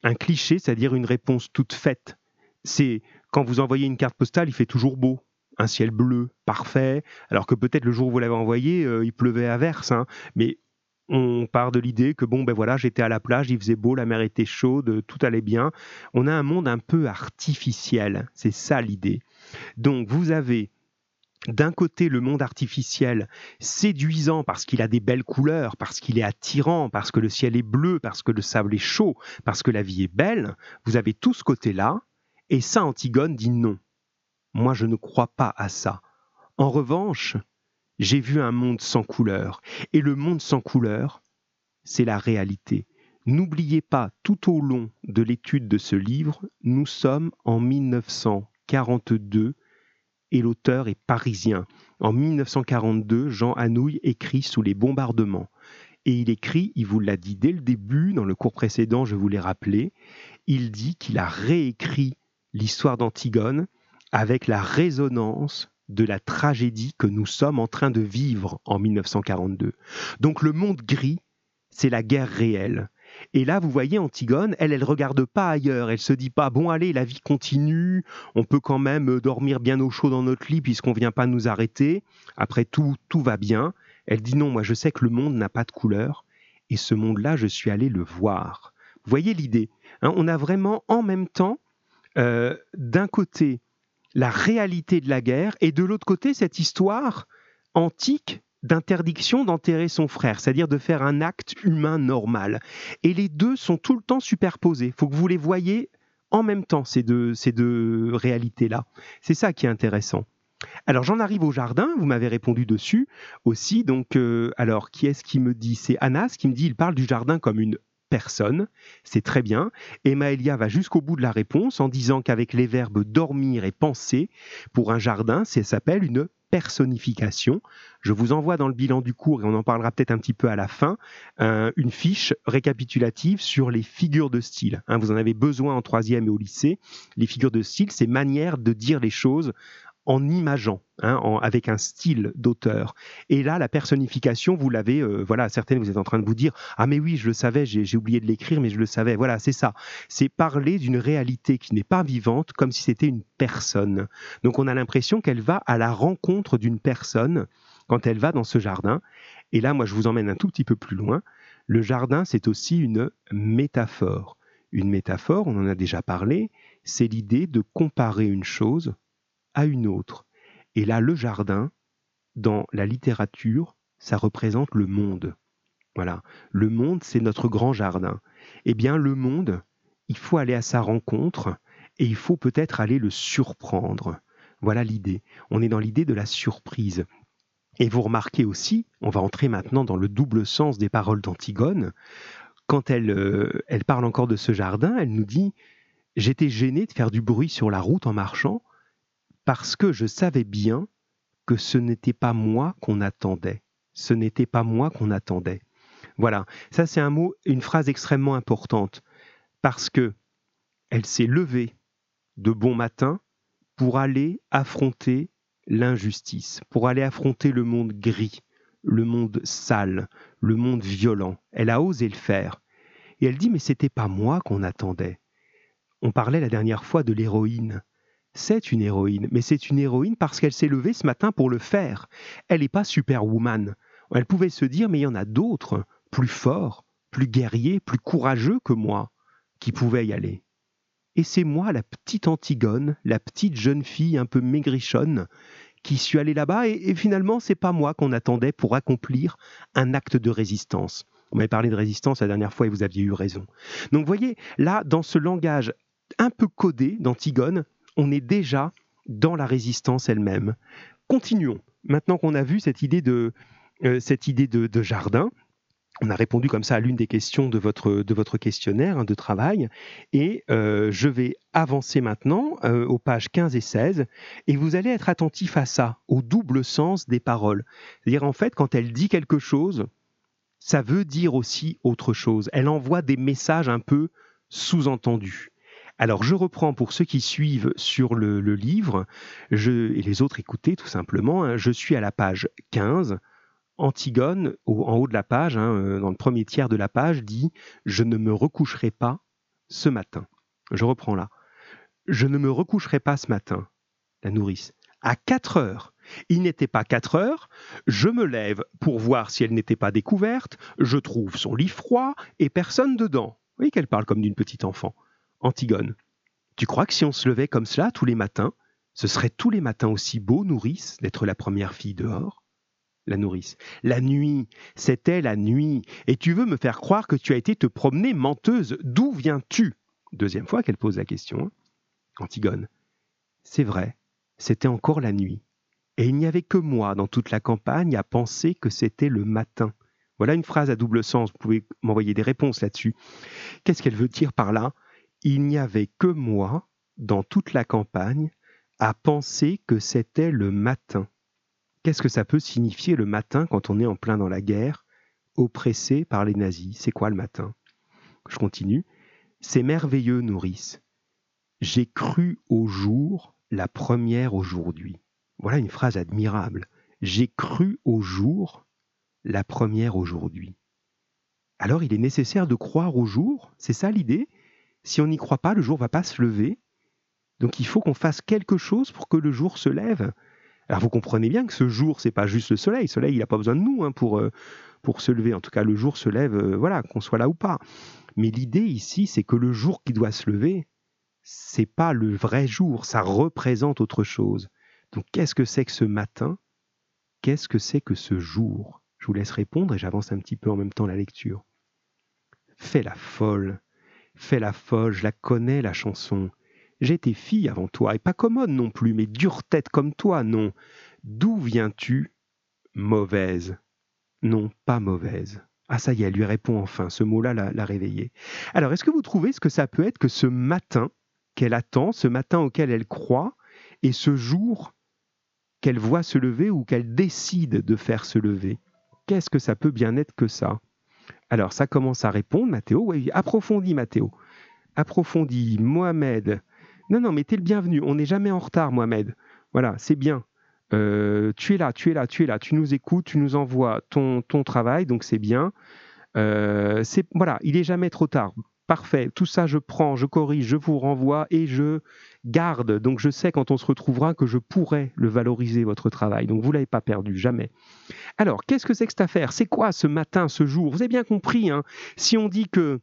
A: Un cliché, c'est-à-dire une réponse toute faite. C'est quand vous envoyez une carte postale, il fait toujours beau. Un ciel bleu, parfait, alors que peut-être le jour où vous l'avez envoyé, il pleuvait à verse. Hein. Mais on part de l'idée que bon, ben voilà, j'étais à la plage, il faisait beau, la mer était chaude, tout allait bien. On a un monde un peu artificiel, c'est ça l'idée. Donc vous avez d'un côté le monde artificiel séduisant parce qu'il a des belles couleurs, parce qu'il est attirant, parce que le ciel est bleu, parce que le sable est chaud, parce que la vie est belle. Vous avez tout ce côté-là, et ça, Antigone dit non. Moi, je ne crois pas à ça. En revanche, j'ai vu un monde sans couleurs. Et le monde sans couleurs, c'est la réalité. N'oubliez pas, tout au long de l'étude de ce livre, nous sommes en 1942 et l'auteur est parisien. En 1942, Jean Anouilh écrit sous les bombardements. Et il écrit, il vous l'a dit dès le début, dans le cours précédent, je vous l'ai rappelé, il dit qu'il a réécrit l'histoire d'Antigone avec la résonance de la tragédie que nous sommes en train de vivre en 1942. Donc le monde gris, c'est la guerre réelle. Et là, vous voyez, Antigone, elle ne regarde pas ailleurs. Elle se dit pas, bon, allez, la vie continue, on peut quand même dormir bien au chaud dans notre lit puisqu'on ne vient pas nous arrêter. Après tout, tout va bien. Elle dit non, moi je sais que le monde n'a pas de couleur. Et ce monde-là, je suis allé le voir. Vous voyez l'idée, hein, on a vraiment en même temps, d'un côté, la réalité de la guerre et de l'autre côté, cette histoire antique d'interdiction d'enterrer son frère, c'est-à-dire de faire un acte humain normal. Et les deux sont tout le temps superposés. Il faut que vous les voyez en même temps, ces deux réalités-là. C'est ça qui est intéressant. Alors j'en arrive au jardin, vous m'avez répondu dessus aussi. Donc, alors qui est-ce qui me dit? C'est Anas qui me dit, il parle du jardin comme une personne, c'est très bien. Et Maëlia va jusqu'au bout de la réponse en disant qu'avec les verbes dormir et penser, pour un jardin, ça s'appelle une personnification. Je vous envoie dans le bilan du cours, et on en parlera peut-être un petit peu à la fin, une fiche récapitulative sur les figures de style. Hein, vous en avez besoin en troisième et au lycée. Les figures de style, c'est manière de dire les choses en imageant, hein, avec un style d'auteur. Et là, la personnification, vous l'avez, voilà, certaines, vous êtes en train de vous dire « Ah mais oui, je le savais, j'ai oublié de l'écrire, mais je le savais. » Voilà, c'est ça. C'est parler d'une réalité qui n'est pas vivante, comme si c'était une personne. Donc on a l'impression qu'elle va à la rencontre d'une personne quand elle va dans ce jardin. Et là, moi, je vous emmène un tout petit peu plus loin. Le jardin, c'est aussi une métaphore. Une métaphore, on en a déjà parlé, c'est l'idée de comparer une chose à une autre. Et là, le jardin, dans la littérature, ça représente le monde. Voilà. Le monde, c'est notre grand jardin. Eh bien, le monde, il faut aller à sa rencontre et il faut peut-être aller le surprendre. Voilà l'idée. On est dans l'idée de la surprise. Et vous remarquez aussi, on va entrer maintenant dans le double sens des paroles d'Antigone, quand elle parle encore de ce jardin, elle nous dit « J'étais gênée de faire du bruit sur la route en marchant, parce que je savais bien que ce n'était pas moi qu'on attendait. Ce n'était pas moi qu'on attendait. » Voilà, ça c'est un mot, une phrase extrêmement importante, parce que elle s'est levée de bon matin pour aller affronter l'injustice, pour aller affronter le monde gris, le monde sale, le monde violent. Elle a osé le faire. Et elle dit, mais c'était pas moi qu'on attendait. On parlait la dernière fois de l'héroïne. C'est une héroïne, mais c'est une héroïne parce qu'elle s'est levée ce matin pour le faire. Elle n'est pas superwoman. Elle pouvait se dire, mais il y en a d'autres, plus forts, plus guerriers, plus courageux que moi, qui pouvaient y aller. Et c'est moi, la petite Antigone, la petite jeune fille un peu maigrichonne, qui suis allée là-bas, et finalement, c'est pas moi qu'on attendait pour accomplir un acte de résistance. On m'avait parlé de résistance la dernière fois et vous aviez eu raison. Donc, vous voyez, là, dans ce langage un peu codé d'Antigone, on est déjà dans la résistance elle-même. Continuons. Maintenant qu'on a vu cette idée de jardin, on a répondu comme ça à l'une des questions de votre questionnaire de travail, et je vais avancer maintenant aux pages 15 et 16, et vous allez être attentif à ça, au double sens des paroles. C'est-à-dire, en fait, quand elle dit quelque chose, ça veut dire aussi autre chose. Elle envoie des messages un peu sous-entendus. Alors, je reprends pour ceux qui suivent sur le livre, et les autres écoutez tout simplement, hein, je suis à la page 15. Antigone, en haut de la page, dans le premier tiers de la page, dit « Je ne me recoucherai pas ce matin. Je reprends là. Je ne me recoucherai pas ce matin, la nourrice. À 4 heures. Il n'était pas 4 heures. Je me lève pour voir si elle n'était pas découverte. Je trouve son lit froid et personne dedans. Vous voyez qu'elle parle comme d'une petite enfant. Antigone. Tu crois que si on se levait comme cela tous les matins, ce serait tous les matins aussi beau, nourrice, d'être la première fille dehors? La nourrice. La nuit, c'était la nuit. Et tu veux me faire croire que tu as été te promener, menteuse. D'où viens-tu? Deuxième fois qu'elle pose la question. Antigone. C'est vrai, c'était encore la nuit. Et il n'y avait que moi dans toute la campagne à penser que c'était le matin. Voilà une phrase à double sens, vous pouvez m'envoyer des réponses là-dessus. Qu'est-ce qu'elle veut dire par là? Il n'y avait que moi dans toute la campagne à penser que c'était le matin. Qu'est-ce que ça peut signifier le matin quand on est en plein dans la guerre, oppressé par les nazis? C'est quoi le matin? Je continue. C'est merveilleux, nourrice. J'ai cru au jour la première aujourd'hui. Voilà une phrase admirable. J'ai cru au jour la première aujourd'hui. Alors il est nécessaire de croire au jour, c'est ça l'idée? Si on n'y croit pas, le jour ne va pas se lever. Donc il faut qu'on fasse quelque chose pour que le jour se lève. Alors vous comprenez bien que ce jour, c'est pas juste le soleil. Le soleil, il n'a pas besoin de nous pour se lever. En tout cas, le jour se lève, voilà, qu'on soit là ou pas. Mais l'idée ici, c'est que le jour qui doit se lever, c'est pas le vrai jour, ça représente autre chose. Donc qu'est-ce que c'est que ce matin? Qu'est-ce que c'est que ce jour? Je vous laisse répondre et j'avance un petit peu en même temps la lecture. Fais la folle, je la connais la chanson. J'étais fille avant toi, et pas commode non plus, mais dure tête comme toi, non. D'où viens-tu? Mauvaise. Non, pas mauvaise. Ah ça y est, elle lui répond enfin, ce mot-là l'a réveillée. Alors, est-ce que vous trouvez ce que ça peut être que ce matin qu'elle attend, ce matin auquel elle croit, et ce jour qu'elle voit se lever ou qu'elle décide de faire se lever? Qu'est-ce que ça peut bien être que ça? Alors, ça commence à répondre, Mathéo. Oui, approfondis, Mathéo. Approfondis, Mohamed. Non, mais t'es le bienvenu. On n'est jamais en retard, Mohamed. Voilà, c'est bien. Tu es là. Tu nous écoutes, tu nous envoies ton travail, donc c'est bien. Voilà, il n'est jamais trop tard. Parfait. Tout ça, je prends, je corrige, je vous renvoie et je garde. Donc, je sais quand on se retrouvera que je pourrai le valoriser, votre travail. Donc, vous ne l'avez pas perdu, jamais. Alors, qu'est-ce que c'est que cette affaire? C'est quoi ce matin, ce jour? Vous avez bien compris, hein? Si on dit que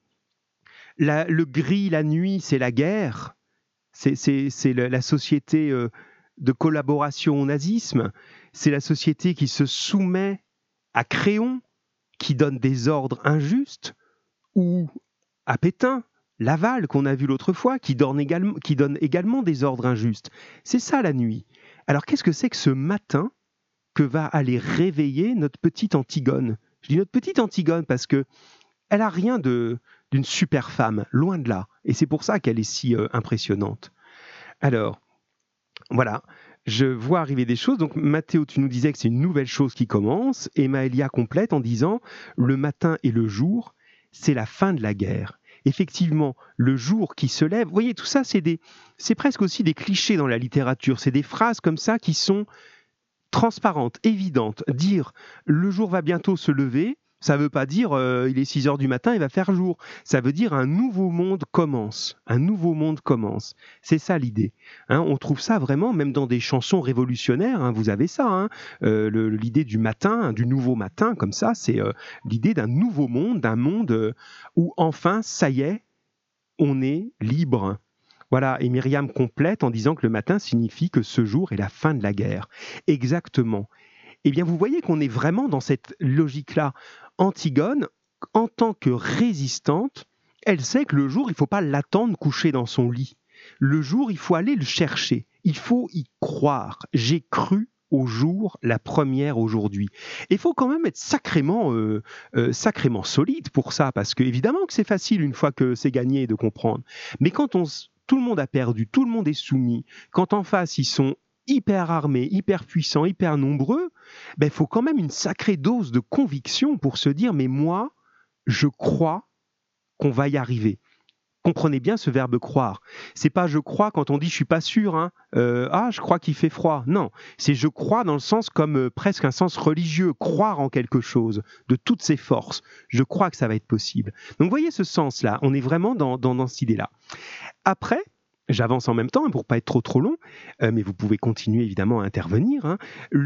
A: le gris, la nuit, c'est la guerre, c'est la société de collaboration au nazisme, c'est la société qui se soumet à Créon, qui donne des ordres injustes, ou à Pétain, Laval, qu'on a vu l'autre fois, qui donne également des ordres injustes. C'est ça la nuit. Alors qu'est-ce que c'est que ce matin que va aller réveiller notre petite Antigone? Je dis notre petite Antigone parce que elle a rien d'une super femme, loin de là. Et c'est pour ça qu'elle est si impressionnante. Alors, voilà, je vois arriver des choses. Donc, Mathéo, tu nous disais que c'est une nouvelle chose qui commence. Et Maëlia complète en disant « Le matin et le jour, c'est la fin de la guerre ». Effectivement, le jour qui se lève, vous voyez, tout ça, c'est presque aussi des clichés dans la littérature. C'est des phrases comme ça qui sont transparentes, évidentes. Dire « le jour va bientôt se lever », ça ne veut pas dire il est 6 heures du matin, il va faire jour. Ça veut dire un nouveau monde commence. Un nouveau monde commence. C'est ça l'idée. Hein, on trouve ça vraiment, même dans des chansons révolutionnaires, hein, vous avez ça. Hein, l'idée du matin, du nouveau matin, comme ça, c'est l'idée d'un nouveau monde, d'un monde où enfin, ça y est, on est libre. Voilà, et Myriam complète en disant que le matin signifie que ce jour est la fin de la guerre. Exactement. Eh bien, vous voyez qu'on est vraiment dans cette logique-là. Antigone, en tant que résistante, elle sait que le jour, il ne faut pas l'attendre couché dans son lit. Le jour, il faut aller le chercher. Il faut y croire. J'ai cru au jour, la première aujourd'hui. Il faut quand même être sacrément solide pour ça, parce que évidemment que c'est facile une fois que c'est gagné de comprendre. Mais quand tout le monde a perdu, tout le monde est soumis, quand en face, ils sont hyper armés, hyper puissants, hyper nombreux, il faut quand même une sacrée dose de conviction pour se dire « mais moi, je crois qu'on va y arriver ». Comprenez bien ce verbe croire. C'est pas je crois quand on dit je suis pas sûr. Hein. Je crois qu'il fait froid. Non, c'est je crois dans le sens comme presque un sens religieux, croire en quelque chose de toutes ses forces. Je crois que ça va être possible. Donc vous voyez ce sens-là. On est vraiment dans cette idée-là. Après, j'avance en même temps pour pas être trop long, mais vous pouvez continuer évidemment à intervenir. Hein.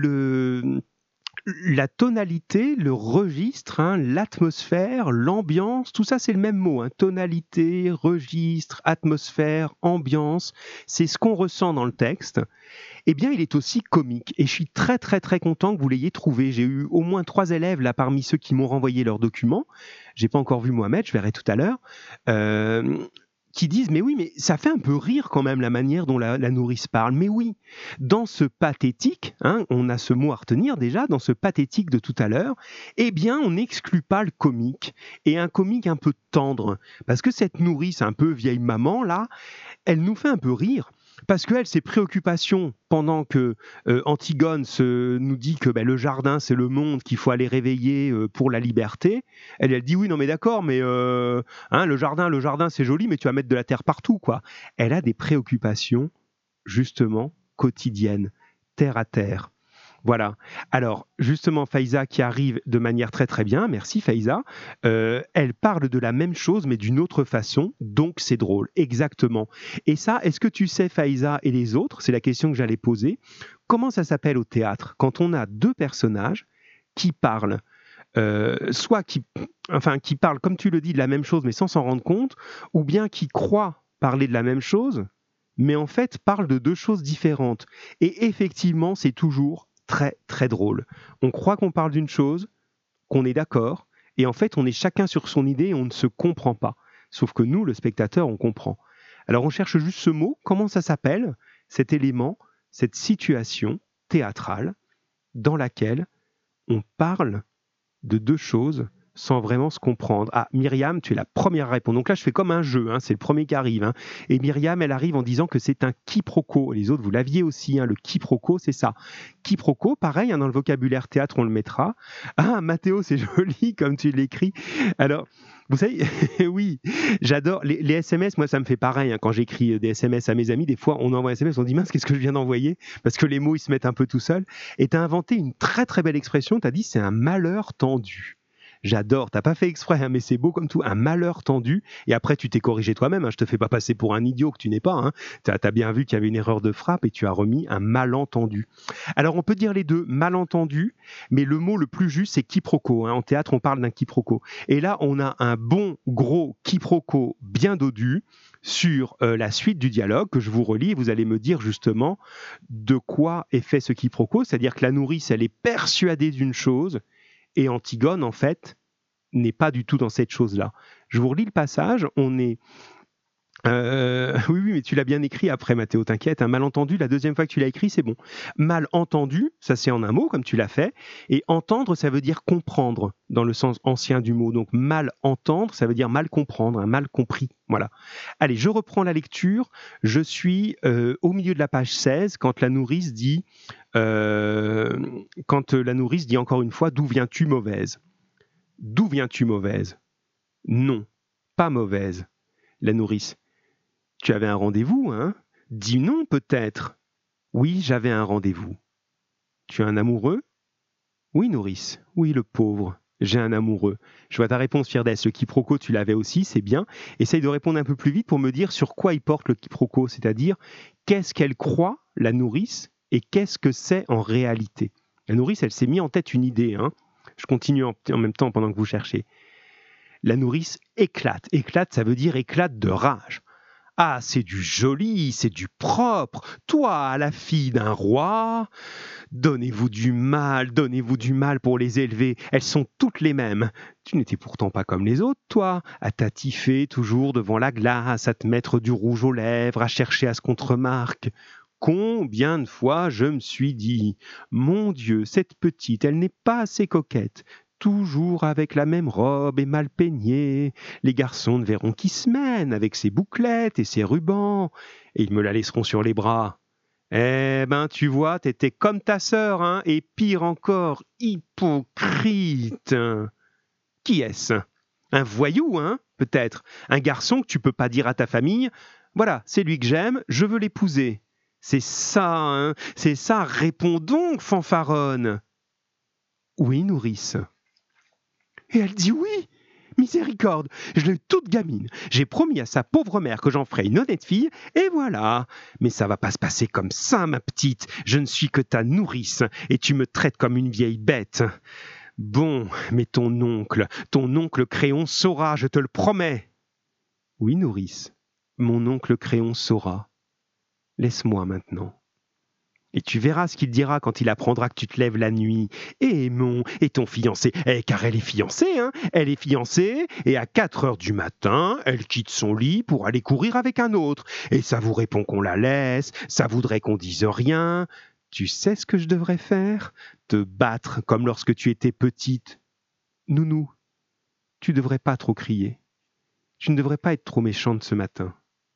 A: La tonalité, le registre, hein, l'atmosphère, l'ambiance, tout ça c'est le même mot. Hein. Tonalité, registre, atmosphère, ambiance, c'est ce qu'on ressent dans le texte. Eh bien, il est aussi comique. Et je suis très très très content que vous l'ayez trouvé. J'ai eu au moins 3 élèves là parmi ceux qui m'ont renvoyé leurs documents. J'ai pas encore vu Mohamed, je verrai tout à l'heure. Qui disent mais oui, mais ça fait un peu rire quand même la manière dont la nourrice parle. Mais oui, dans ce pathétique, hein, on a ce mot à retenir déjà, dans ce pathétique de tout à l'heure, eh bien on n'exclut pas le comique, et un comique un peu tendre, parce que cette nourrice un peu vieille maman là, elle nous fait un peu rire. Parce qu'elle, ses préoccupations, pendant que Antigone nous dit que le jardin, c'est le monde qu'il faut aller réveiller pour la liberté, elle dit oui, non mais d'accord, mais le jardin, c'est joli, mais tu vas mettre de la terre partout, quoi. Elle a des préoccupations, justement, quotidiennes, terre à terre. Voilà. Alors, justement, Faiza qui arrive de manière très très bien, merci Faiza, elle parle de la même chose mais d'une autre façon, donc c'est drôle, exactement. Et ça, est-ce que tu sais Faiza et les autres, c'est la question que j'allais poser, comment ça s'appelle au théâtre quand on a 2 personnages qui parlent qui parlent, comme tu le dis, de la même chose mais sans s'en rendre compte, ou bien qui croient parler de la même chose, mais en fait parlent de 2 choses différentes. Et effectivement, c'est toujours très très drôle. On croit qu'on parle d'une chose, qu'on est d'accord, et en fait on est chacun sur son idée et on ne se comprend pas. Sauf que nous, le spectateur, on comprend. Alors on cherche juste ce mot, comment ça s'appelle, cet élément, cette situation théâtrale dans laquelle on parle de 2 choses sans vraiment se comprendre. Ah, Myriam, tu es la première à répondre. Donc là, je fais comme un jeu, hein, c'est le premier qui arrive. Hein. Et Myriam, elle arrive en disant que c'est un quiproquo. Les autres, vous l'aviez aussi, hein, le quiproquo, c'est ça. Quiproquo, pareil, hein, dans le vocabulaire théâtre, on le mettra. Ah, Mathéo, c'est joli comme tu l'écris. Alors, vous savez, oui, j'adore les SMS. Moi, ça me fait pareil. Hein, quand j'écris des SMS à mes amis, des fois, on envoie un SMS, on dit mince, qu'est-ce que je viens d'envoyer? Parce que les mots, ils se mettent un peu tout seuls. Et tu as inventé une très très belle expression. Tu as dit c'est un malheur tendu. J'adore, t'as pas fait exprès, hein, mais c'est beau comme tout, un malheur tendu, et après tu t'es corrigé toi-même, hein, je te fais pas passer pour un idiot que tu n'es pas, hein. T'as bien vu qu'il y avait une erreur de frappe et tu as remis un malentendu. Alors on peut dire les deux, malentendu, mais le mot le plus juste c'est quiproquo, hein. En théâtre on parle d'un quiproquo. Et là on a un bon gros quiproquo bien dodu sur la suite du dialogue que je vous relis et vous allez me dire justement de quoi est fait ce quiproquo, c'est-à-dire que la nourrice elle est persuadée d'une chose, et Antigone, en fait, n'est pas du tout dans cette chose-là. Je vous relis le passage, on est... oui, mais tu l'as bien écrit après, Mathéo, t'inquiète. Un malentendu, la deuxième fois que tu l'as écrit, c'est bon. Mal entendu, ça c'est en un mot, comme tu l'as fait. Et entendre, ça veut dire comprendre, dans le sens ancien du mot. Donc mal entendre, ça veut dire mal comprendre, un mal compris. Voilà. Allez, je reprends la lecture. Je suis au milieu de la page 16, quand la nourrice dit encore une fois, d'où viens-tu mauvaise? D'où viens-tu mauvaise? Non, pas mauvaise. La nourrice. Tu avais un rendez-vous, hein? Dis non, peut-être. Oui, j'avais un rendez-vous. Tu as un amoureux? Oui, nourrice. Oui, le pauvre. J'ai un amoureux. Je vois ta réponse, Firdès. Le quiproquo, tu l'avais aussi, c'est bien. Essaye de répondre un peu plus vite pour me dire sur quoi il porte le quiproquo, c'est-à-dire qu'est-ce qu'elle croit, la nourrice, et qu'est-ce que c'est en réalité. La nourrice, elle s'est mis en tête une idée, hein? Je continue en même temps pendant que vous cherchez. La nourrice éclate. Éclate, ça veut dire éclate de rage. Ah, c'est du joli, c'est du propre. Toi, la fille d'un roi, donnez-vous du mal pour les élever. Elles sont toutes les mêmes. Tu n'étais pourtant pas comme les autres, toi, à t'attifer toujours devant la glace, à te mettre du rouge aux lèvres, à chercher à ce qu'on te remarque. Combien de fois je me suis dit, mon Dieu, cette petite, elle n'est pas assez coquette. Toujours avec la même robe et mal peignée. Les garçons ne verront qui se mène avec ses bouclettes et ses rubans, et ils me la laisseront sur les bras. Eh ben, tu vois, t'étais comme ta sœur, hein, et pire encore, hypocrite. Qui est-ce? Un voyou, hein? peut-être. Un garçon que tu peux pas dire à ta famille, voilà, c'est lui que j'aime, je veux l'épouser. C'est ça, hein, c'est ça, réponds donc, fanfaronne. Oui, nourrice. Et elle dit oui. Miséricorde, je l'ai toute gamine. J'ai promis à sa pauvre mère que j'en ferais une honnête fille, et voilà. Mais ça va pas se passer comme ça, ma petite. Je ne suis que ta nourrice, et tu me traites comme une vieille bête. Bon, mais ton oncle Créon saura, je te le promets. Oui, nourrice, mon oncle Créon saura. Laisse-moi maintenant. Et tu verras ce qu'il dira quand il apprendra que tu te lèves la nuit. Et ton fiancé, car elle est fiancée, hein, elle est fiancée, et à 4 heures du matin, elle quitte son lit pour aller courir avec un autre. Et ça vous répond qu'on la laisse, ça voudrait qu'on dise rien. Tu sais ce que je devrais faire? Te battre comme lorsque tu étais petite. Nounou, tu devrais pas trop crier. Tu ne devrais pas être trop méchante ce matin.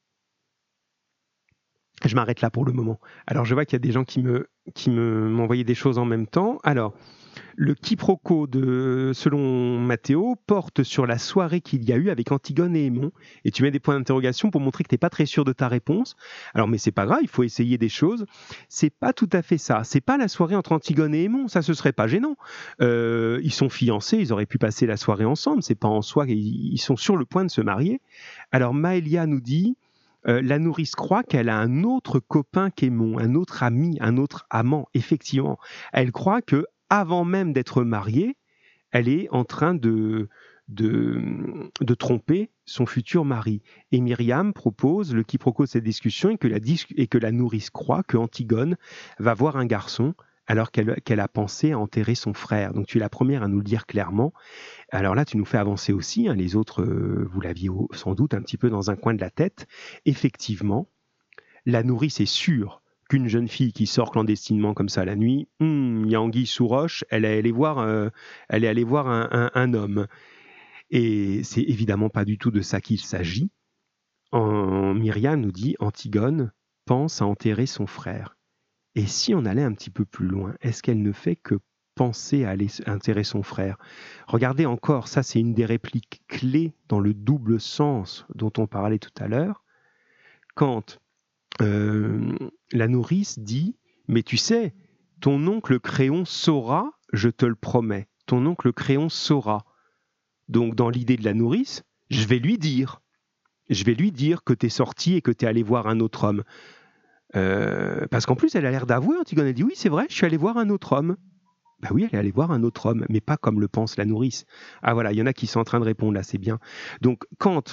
A: Je m'arrête là pour le moment. Alors, je vois qu'il y a des gens qui m'envoyaient des choses en même temps. Alors, le quiproquo selon Mathéo porte sur la soirée qu'il y a eu avec Antigone et Aimon. Et tu mets des points d'interrogation pour montrer que tu n'es pas très sûr de ta réponse. Alors, mais c'est pas grave, il faut essayer des choses. C'est pas tout à fait ça. C'est pas la soirée entre Antigone et Aimon. Ça, ce serait pas gênant. Ils sont fiancés, ils auraient pu passer la soirée ensemble. C'est pas en soi, ils sont sur le point de se marier. Alors, Maëlia nous dit... la nourrice croit qu'elle a un autre copain qu'Aimon, un autre ami, un autre amant, effectivement. Elle croit que avant même d'être mariée, elle est en train de tromper son futur mari. Et Myriam propose le quiproquo de cette discussion et que la nourrice croit que Antigone va voir un garçon alors qu'elle a pensé à enterrer son frère. Donc tu es la première à nous le dire clairement. Alors là, tu nous fais avancer aussi, hein, les autres, vous l'aviez sans doute un petit peu dans un coin de la tête. Effectivement, la nourrice est sûre qu'une jeune fille qui sort clandestinement comme ça la nuit, il y a anguille sous roche, elle est allée voir un homme. Et c'est évidemment pas du tout de ça qu'il s'agit. Myriam nous dit, Antigone pense à enterrer son frère. Et si on allait un petit peu plus loin, est-ce qu'elle ne fait que penser à aller enterrer son frère? Regardez encore, ça c'est une des répliques clés dans le double sens dont on parlait tout à l'heure. Quand la nourrice dit « Mais tu sais, ton oncle Créon saura, je te le promets. Ton oncle Créon saura. » Donc dans l'idée de la nourrice, je vais lui dire que tu es sorti et que tu es allé voir un autre homme. Parce qu'en plus, elle a l'air d'avouer, Antigone, elle dit « Oui, c'est vrai, je suis allé voir un autre homme. » Ben oui, elle est allée voir un autre homme, mais pas comme le pense la nourrice. Ah voilà, il y en a qui sont en train de répondre là, c'est bien. Donc quand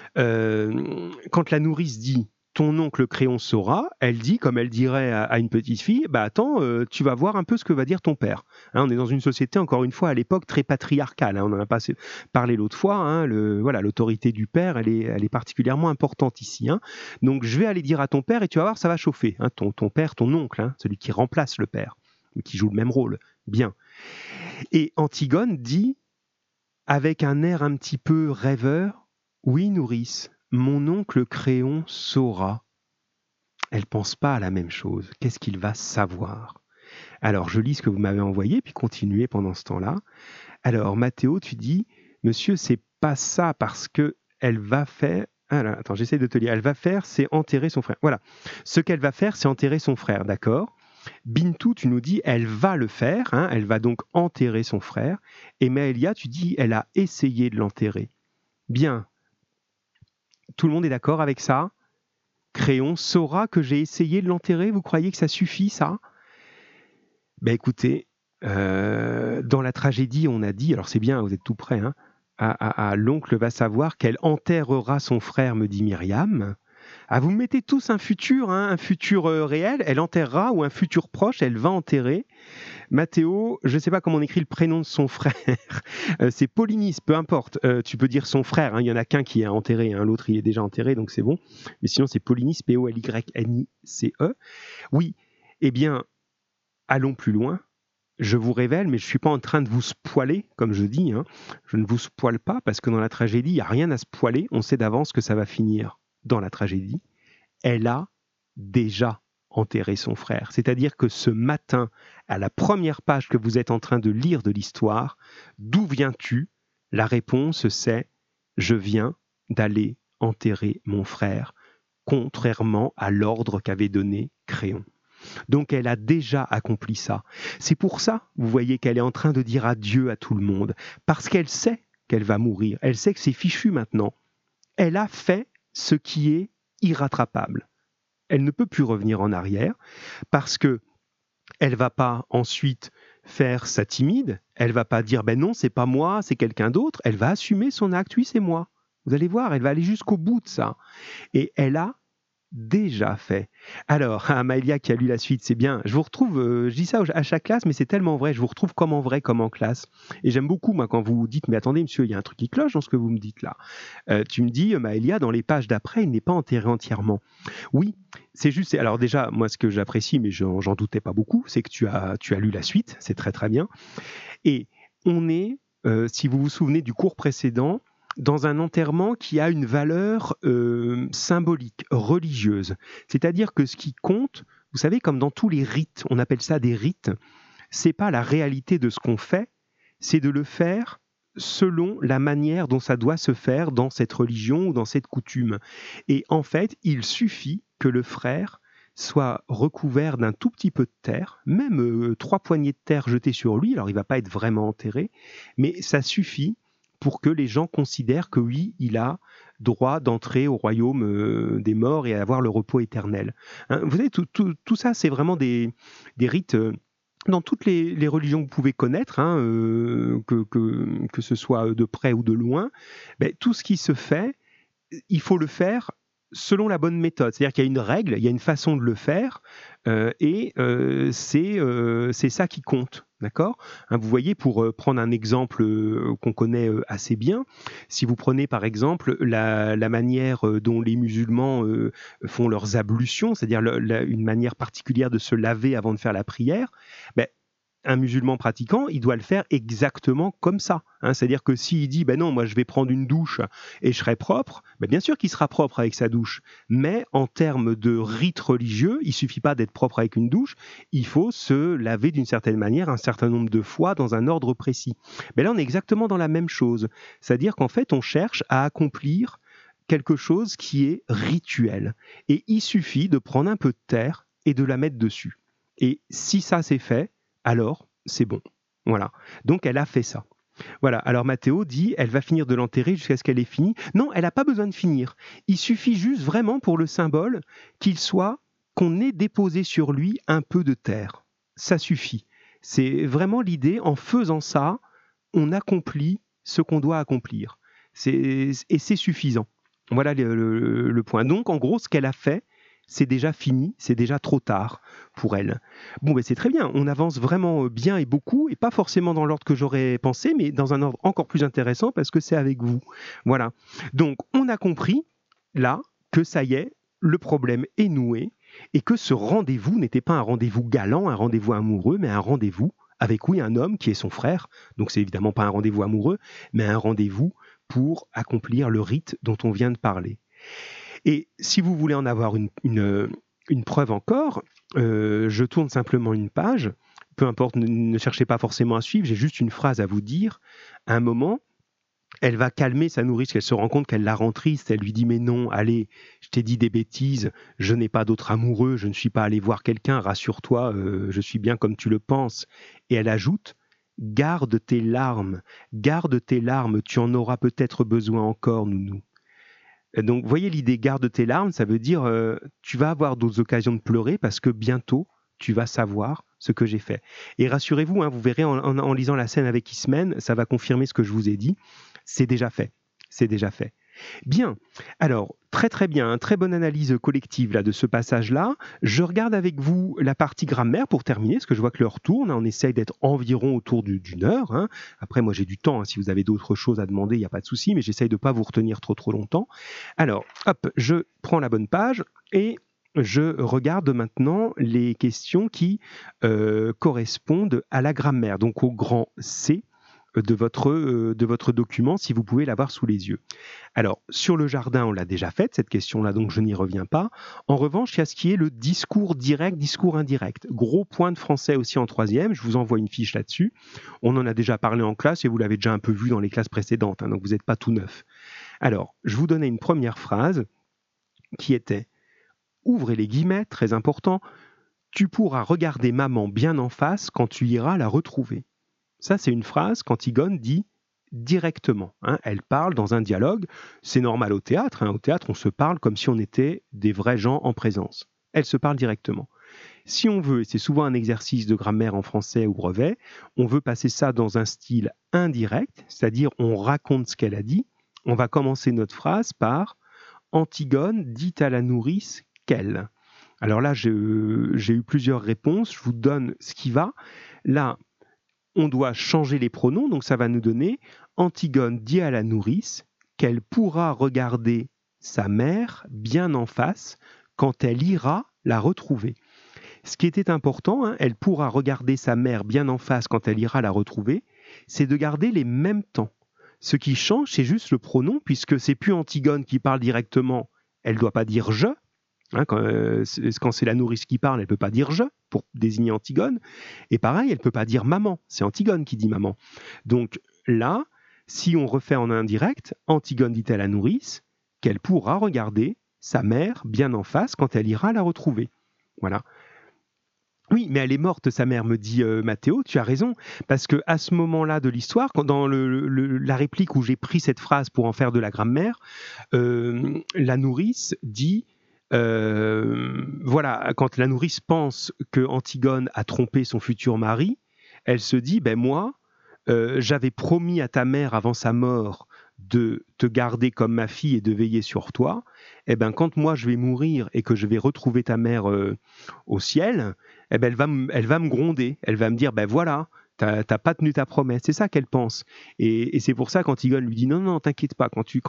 A: la nourrice dit « ton oncle Créon saura », elle dit, comme elle dirait à une petite fille, « bah attends, tu vas voir un peu ce que va dire ton père ». Hein, on est dans une société, encore une fois, à l'époque, très patriarcale. Hein, on en a pas parlé l'autre fois. Hein, l'autorité du père, elle est particulièrement importante ici. Hein. Donc je vais aller dire à ton père et tu vas voir, ça va chauffer. Hein, ton père, ton oncle, hein, celui qui remplace le père, qui joue le même rôle. Bien. Et Antigone dit, avec un air un petit peu rêveur, « Oui, nourrice, mon oncle Créon saura. » Elle pense pas à la même chose. Qu'est-ce qu'il va savoir? Alors, je lis ce que vous m'avez envoyé, puis continuez pendant ce temps-là. Alors, Mathéo, tu dis, « Monsieur, c'est pas ça, parce que elle va faire... » Alors, attends, j'essaie de te lire. « Elle va faire, c'est enterrer son frère. » Voilà. Ce qu'elle va faire, c'est enterrer son frère, d'accord? Bintou, tu nous dis, elle va le faire, hein, elle va donc enterrer son frère. Et Maëlia, tu dis, elle a essayé de l'enterrer. Bien. Tout le monde est d'accord avec ça? Créon saura que j'ai essayé de l'enterrer? Vous croyez que ça suffit, ça? Ben écoutez, dans la tragédie, on a dit, alors c'est bien, vous êtes tout près, hein, l'oncle va savoir qu'elle enterrera son frère, me dit Myriam. Ah, vous mettez tous un futur, hein, un futur réel, elle enterrera, ou un futur proche, elle va enterrer. Mathéo, je ne sais pas comment on écrit le prénom de son frère, c'est Polynice, peu importe, tu peux dire son frère, hein, il n'y en a qu'un qui est enterré, hein, l'autre il est déjà enterré, donc c'est bon, mais sinon c'est Polynice, P-O-L-Y-N-I-C-E. Oui, eh bien, allons plus loin. Je vous révèle, mais je ne suis pas en train de vous spoiler, comme je dis, hein. Je ne vous spoile pas, parce que dans la tragédie, il n'y a rien à spoiler, on sait d'avance que ça va finir dans la tragédie. Elle a déjà enterré son frère. C'est-à-dire que ce matin, à la première page que vous êtes en train de lire de l'histoire, d'où viens-tu? La réponse, c'est je viens d'aller enterrer mon frère, contrairement à l'ordre qu'avait donné Créon. Donc elle a déjà accompli ça. C'est pour ça, vous voyez, qu'elle est en train de dire adieu à tout le monde, parce qu'elle sait qu'elle va mourir, elle sait que c'est fichu maintenant. Elle a fait ce qui est irrattrapable. Elle ne peut plus revenir en arrière, parce que elle va pas ensuite faire sa timide, elle va pas dire ben non, c'est pas moi, c'est quelqu'un d'autre, elle va assumer son acte, oui, c'est moi. Vous allez voir, elle va aller jusqu'au bout de ça. Et elle a déjà fait. Alors, Maëlia qui a lu la suite, c'est bien. Je vous retrouve, je dis ça à chaque classe, mais c'est tellement vrai. Je vous retrouve comme en vrai, comme en classe. Et j'aime beaucoup, moi, quand vous dites, mais attendez, monsieur, il y a un truc qui cloche dans ce que vous me dites là. Tu me dis, Maëlia, dans les pages d'après, il n'est pas enterré entièrement. Oui, c'est juste. Alors déjà, moi, ce que j'apprécie, mais j'en doutais pas beaucoup, c'est que tu as lu la suite. C'est très très bien. Et on est, si vous vous souvenez du cours précédent, dans un enterrement qui a une valeur symbolique, religieuse. C'est-à-dire que ce qui compte, vous savez, comme dans tous les rites, on appelle ça des rites, c'est pas la réalité de ce qu'on fait, c'est de le faire selon la manière dont ça doit se faire dans cette religion ou dans cette coutume. Et en fait, il suffit que le frère soit recouvert d'un tout petit peu de terre, même 3 poignées de terre jetées sur lui, alors il ne va pas être vraiment enterré, mais ça suffit pour que les gens considèrent que oui, il a droit d'entrer au royaume des morts et à avoir le repos éternel. Hein, vous savez, tout ça, c'est vraiment des rites dans toutes les religions que vous pouvez connaître, hein, que ce soit de près ou de loin. Ben, tout ce qui se fait, il faut le faire selon la bonne méthode. C'est-à-dire qu'il y a une règle, il y a une façon de le faire, et c'est ça qui compte. D'accord ? Hein, vous voyez, pour prendre un exemple qu'on connaît assez bien, si vous prenez par exemple la manière dont les musulmans font leurs ablutions, c'est-à-dire une manière particulière de se laver avant de faire la prière, ben, un musulman pratiquant, il doit le faire exactement comme ça. Hein. C'est-à-dire que s'il dit ben non, moi je vais prendre une douche et je serai propre, ben bien sûr qu'il sera propre avec sa douche. Mais en termes de rite religieux, il suffit pas d'être propre avec une douche, il faut se laver d'une certaine manière un certain nombre de fois dans un ordre précis. Mais là, on est exactement dans la même chose. C'est-à-dire qu'en fait, on cherche à accomplir quelque chose qui est rituel. Et il suffit de prendre un peu de terre et de la mettre dessus. Et si ça c'est fait, alors c'est bon. Voilà. Donc elle a fait ça. Voilà. Alors Mathéo dit, elle va finir de l'enterrer jusqu'à ce qu'elle ait fini. Non, elle n'a pas besoin de finir. Il suffit juste vraiment pour le symbole qu'on ait déposé sur lui un peu de terre. Ça suffit. C'est vraiment l'idée. En faisant ça, on accomplit ce qu'on doit accomplir. Et c'est suffisant. Voilà le point. Donc en gros, ce qu'elle a fait, c'est déjà fini, c'est déjà trop tard pour elle. Bon, ben c'est très bien, on avance vraiment bien et beaucoup, et pas forcément dans l'ordre que j'aurais pensé, mais dans un ordre encore plus intéressant parce que c'est avec vous. Voilà. Donc, on a compris, là, que ça y est, le problème est noué, et que ce rendez-vous n'était pas un rendez-vous galant, un rendez-vous amoureux, mais un rendez-vous avec, oui, un homme qui est son frère. Donc, c'est évidemment pas un rendez-vous amoureux, mais un rendez-vous pour accomplir le rite dont on vient de parler. Et si vous voulez en avoir une preuve encore, je tourne simplement une page, peu importe, ne cherchez pas forcément à suivre, j'ai juste une phrase à vous dire. À un moment, elle va calmer sa nourrice, qu'elle se rend compte qu'elle la rend triste, elle lui dit « Mais non, allez, je t'ai dit des bêtises, je n'ai pas d'autre amoureux, je ne suis pas allé voir quelqu'un, rassure-toi, je suis bien comme tu le penses. » Et elle ajoute « Garde tes larmes, tu en auras peut-être besoin encore, nounou. » Donc, vous voyez l'idée, garde tes larmes, ça veut dire tu vas avoir d'autres occasions de pleurer parce que bientôt, tu vas savoir ce que j'ai fait. Et rassurez-vous, hein, vous verrez en lisant la scène avec Ismène, ça va confirmer ce que je vous ai dit. C'est déjà fait. C'est déjà fait. Bien. Alors, très très bien, hein, très bonne analyse collective là, de ce passage-là. Je regarde avec vous la partie grammaire pour terminer, parce que je vois que l'heure tourne. On essaye d'être environ autour d'une heure. Hein. Après, moi, j'ai du temps. Hein, si vous avez d'autres choses à demander, il n'y a pas de souci, mais j'essaye de ne pas vous retenir trop longtemps. Alors, hop, je prends la bonne page et je regarde maintenant les questions qui correspondent à la grammaire, donc au grand C de votre document, si vous pouvez l'avoir sous les yeux. Alors, sur le jardin, on l'a déjà faite, cette question-là, donc je n'y reviens pas. En revanche, il y a ce qui est le discours direct, discours indirect. Gros point de français aussi en 3e, je vous envoie une fiche là-dessus. On en a déjà parlé en classe et vous l'avez déjà un peu vu dans les classes précédentes, hein, donc vous n'êtes pas tout neuf. Alors, je vous donnais une première phrase qui était, ouvrez les guillemets, très important, tu pourras regarder maman bien en face quand tu iras la retrouver. Ça, c'est une phrase qu'Antigone dit directement. Elle parle dans un dialogue. C'est normal au théâtre. Au théâtre, on se parle comme si on était des vrais gens en présence. Elle se parle directement. Si on veut, et c'est souvent un exercice de grammaire en français ou brevet, on veut passer ça dans un style indirect, c'est-à-dire on raconte ce qu'elle a dit. On va commencer notre phrase par « Antigone dit à la nourrice qu'elle ». Alors là, j'ai eu plusieurs réponses. Je vous donne ce qui va. Là, on doit changer les pronoms, donc ça va nous donner Antigone dit à la nourrice qu'elle pourra regarder sa mère bien en face quand elle ira la retrouver. Ce qui était important, elle pourra regarder sa mère bien en face quand elle ira la retrouver, c'est de garder les mêmes temps. Ce qui change, c'est juste le pronom, puisque c'est plus Antigone qui parle directement, elle ne doit pas dire « je ». Quand c'est la nourrice qui parle, elle ne peut pas dire « je » pour désigner Antigone. Et pareil, elle ne peut pas dire « maman », c'est Antigone qui dit « maman ». Donc là, si on refait en indirect, Antigone dit à la nourrice qu'elle pourra regarder sa mère bien en face quand elle ira la retrouver. Voilà. Oui, mais elle est morte, sa mère, me dit Mathéo, tu as raison, parce qu'à ce moment-là de l'histoire, dans la réplique où j'ai pris cette phrase pour en faire de la grammaire, la nourrice dit, voilà, quand la nourrice pense que Antigone a trompé son futur mari, elle se dit, moi, j'avais promis à ta mère avant sa mort de te garder comme ma fille et de veiller sur toi, quand moi je vais mourir et que je vais retrouver ta mère au ciel, elle va me gronder, elle va me dire, voilà, t'as pas tenu ta promesse, c'est ça qu'elle pense. Et c'est pour ça qu'Antigone lui dit, non, t'inquiète pas, quand tu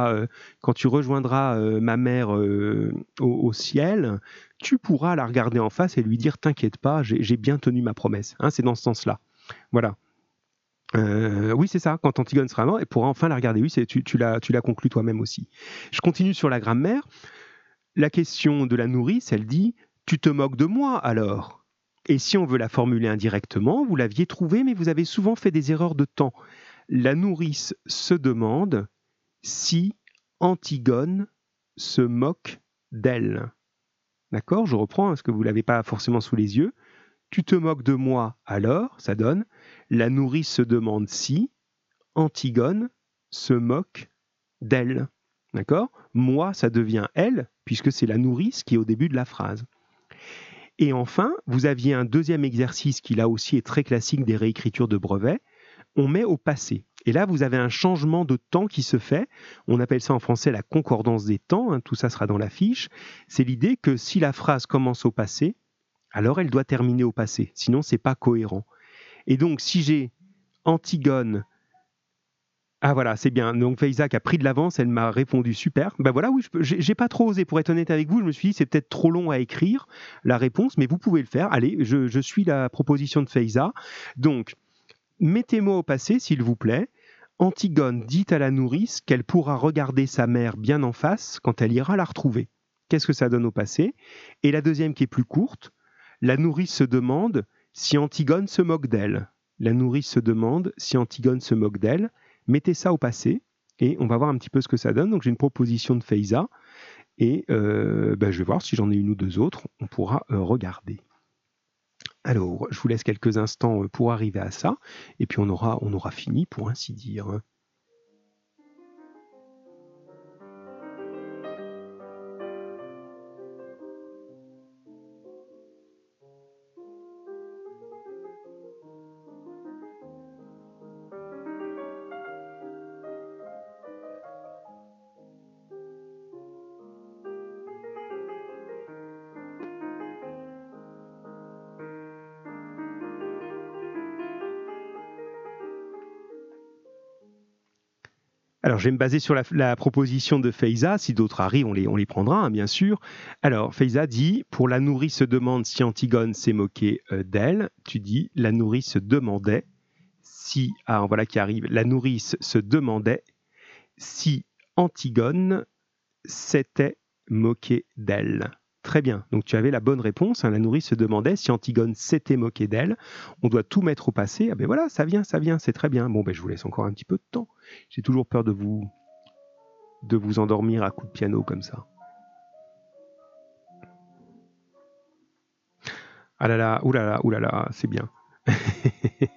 A: rejoindras ma mère au ciel, tu pourras la regarder en face et lui dire, t'inquiète pas, j'ai bien tenu ma promesse. C'est dans ce sens-là. Voilà. Oui, c'est ça, quand Antigone sera mort, et pourra enfin la regarder. Oui, tu l'as conclu toi-même aussi. Je continue sur la grammaire. La question de la nourrice, elle dit « Tu te moques de moi alors ?» Et si on veut la formuler indirectement, vous l'aviez trouvé, mais vous avez souvent fait des erreurs de temps. La nourrice se demande si Antigone se moque d'elle. D'accord ? Je reprends, parce que vous ne l'avez pas forcément sous les yeux. Tu te moques de moi alors, ça donne. La nourrice se demande si Antigone se moque d'elle. D'accord ? Moi, ça devient elle, puisque c'est la nourrice qui est au début de la phrase. Et enfin, vous aviez un deuxième exercice qui là aussi est très classique des réécritures de brevet. On met au passé. Et là, vous avez un changement de temps qui se fait. On appelle ça en français la concordance des temps. Tout ça sera dans la fiche. C'est l'idée que si la phrase commence au passé, alors elle doit terminer au passé. Sinon, c'est pas cohérent. Et donc, si j'ai Antigone... Ah voilà, c'est bien. Donc Faiza qui a pris de l'avance, elle m'a répondu super. Voilà, oui, j'ai pas trop osé pour être honnête avec vous. Je me suis dit c'est peut-être trop long à écrire la réponse, mais vous pouvez le faire. Allez, je suis la proposition de Faiza. Donc mettez-moi au passé s'il vous plaît. Antigone dit à la nourrice qu'elle pourra regarder sa mère bien en face quand elle ira la retrouver. Qu'est-ce que ça donne au passé ? Et la deuxième qui est plus courte, la nourrice se demande si Antigone se moque d'elle. La nourrice se demande si Antigone se moque d'elle. Mettez ça au passé et on va voir un petit peu ce que ça donne. Donc j'ai une proposition de Faiza et je vais voir si j'en ai une ou deux autres. On pourra regarder. Alors, je vous laisse quelques instants pour arriver à ça et puis on aura fini pour ainsi dire. Alors, je vais me baser sur la proposition de Faiza. Si d'autres arrivent, on les prendra, bien sûr. Alors, Faiza dit, pour la nourrice se demande si Antigone s'est moquée d'elle. Tu dis, la nourrice se demandait si... Ah, voilà qui arrive. La nourrice se demandait si Antigone s'était moquée d'elle. Très bien, donc tu avais la bonne réponse. La nourrice se demandait si Antigone s'était moquée d'elle. On doit tout mettre au passé. Voilà, ça vient, c'est très bien. Je vous laisse encore un petit peu de temps. J'ai toujours peur de vous de vous endormir à coups de piano comme ça. Ah là là, oulala, c'est bien. Il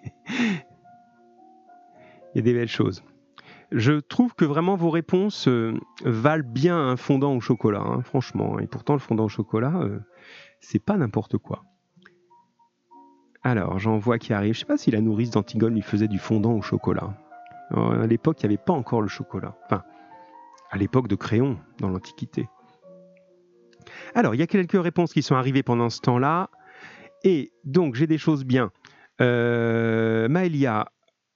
A: y a des belles choses. Je trouve que vraiment vos réponses valent bien un fondant au chocolat, hein, franchement. Et pourtant, le fondant au chocolat, c'est pas n'importe quoi. Alors, j'en vois qui arrive. Je sais pas si la nourrice d'Antigone lui faisait du fondant au chocolat. À l'époque, il n'y avait pas encore le chocolat. Enfin, à l'époque de Créon, dans l'Antiquité. Alors, il y a quelques réponses qui sont arrivées pendant ce temps-là. Et donc, j'ai des choses bien. Maëlia,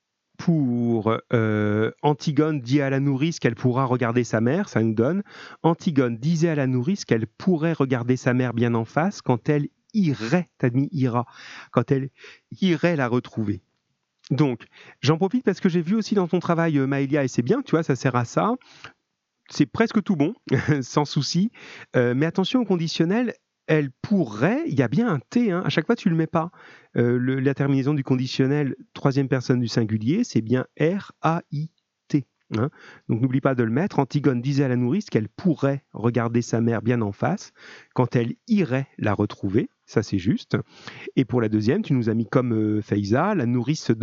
A: pour Antigone dit à la nourrice qu'elle pourra regarder sa mère, ça nous donne. Antigone disait à la nourrice qu'elle pourrait regarder sa mère bien en face quand elle irait, t'as mis ira, quand elle irait la retrouver. Donc, j'en profite parce que j'ai vu aussi dans ton travail, Maëlia, et c'est bien, tu vois, ça sert à ça. C'est presque tout bon, sans souci. Mais attention au conditionnel, elle pourrait, il y a bien un T, hein, à chaque fois tu ne le mets pas. La terminaison du conditionnel, troisième personne du singulier, c'est bien R-A-I-T. Hein. Donc n'oublie pas de le mettre. Antigone disait à la nourrice qu'elle pourrait regarder sa mère bien en face quand elle irait la retrouver. Ça, c'est juste. Et pour la deuxième, tu nous as mis comme Faiza, la nourrice se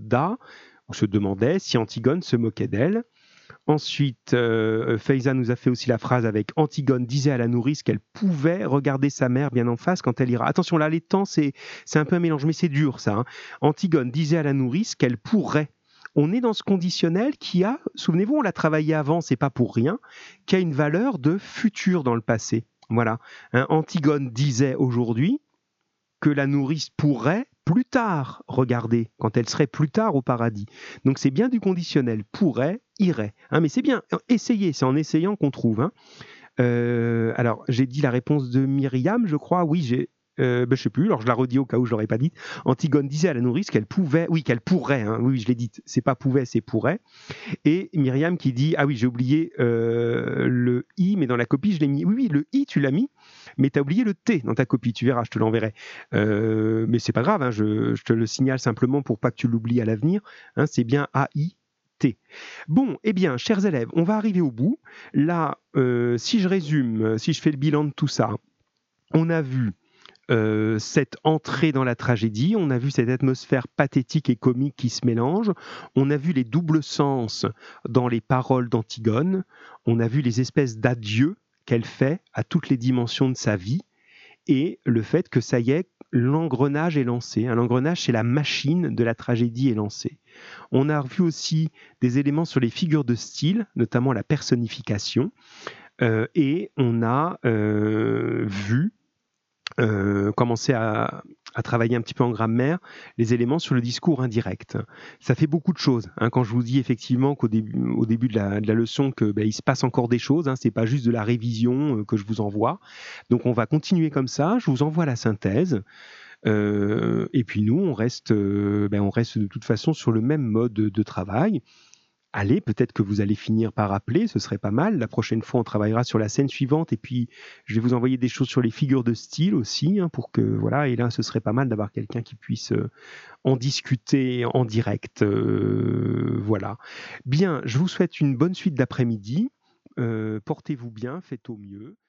A: demandait si Antigone se moquait d'elle. Ensuite, Faiza nous a fait aussi la phrase avec Antigone disait à la nourrice qu'elle pouvait regarder sa mère bien en face quand elle ira. Attention, là, les temps, c'est un peu un mélange, mais c'est dur, ça. Hein. Antigone disait à la nourrice qu'elle pourrait. On est dans ce conditionnel qui a, souvenez-vous, on l'a travaillé avant, c'est pas pour rien, qui a une valeur de futur dans le passé. Voilà. Hein, Antigone disait aujourd'hui que la nourrice pourrait plus tard regarder, quand elle serait plus tard au paradis. Donc c'est bien du conditionnel, pourrait, irait. Hein, mais c'est bien, essayez, c'est en essayant qu'on trouve. Hein. Alors, j'ai dit la réponse de Myriam, je crois. Oui, je sais plus, alors je la redis au cas où je l'aurais pas dit. Antigone disait à la nourrice qu'elle pouvait, oui, qu'elle pourrait, hein, oui, je l'ai dit, c'est pas pouvait, c'est pourrait. Et Myriam qui dit, ah oui, j'ai oublié le i, mais dans la copie, je l'ai mis. Oui, le i, tu l'as mis, mais tu as oublié le t dans ta copie, tu verras, je te l'enverrai. Mais c'est pas grave, hein, je te le signale simplement pour pas que tu l'oublies à l'avenir. Hein, c'est bien A-I. Bon, eh bien, chers élèves, on va arriver au bout. Là, si je résume, si je fais le bilan de tout ça, on a vu cette entrée dans la tragédie, on a vu cette atmosphère pathétique et comique qui se mélange, on a vu les doubles sens dans les paroles d'Antigone, on a vu les espèces d'adieux qu'elle fait à toutes les dimensions de sa vie, et le fait que ça y est, l'engrenage est lancé. L'engrenage, c'est la machine de la tragédie est lancée. On a vu aussi des éléments sur les figures de style, notamment la personnification, et on a vu commencer à travailler un petit peu en grammaire les éléments sur le discours indirect. Ça fait beaucoup de choses. Hein, quand je vous dis effectivement au début de la leçon que il se passe encore des choses, hein, c'est pas juste de la révision que je vous envoie. Donc on va continuer comme ça. Je vous envoie la synthèse. Et puis nous, on reste de toute façon sur le même mode de travail. Allez, peut-être que vous allez finir par appeler, ce serait pas mal. La prochaine fois, on travaillera sur la scène suivante et puis je vais vous envoyer des choses sur les figures de style aussi, hein, pour que voilà. Et là, ce serait pas mal d'avoir quelqu'un qui puisse en discuter en direct. Voilà. Bien, je vous souhaite une bonne suite d'après-midi. Portez-vous bien, faites au mieux.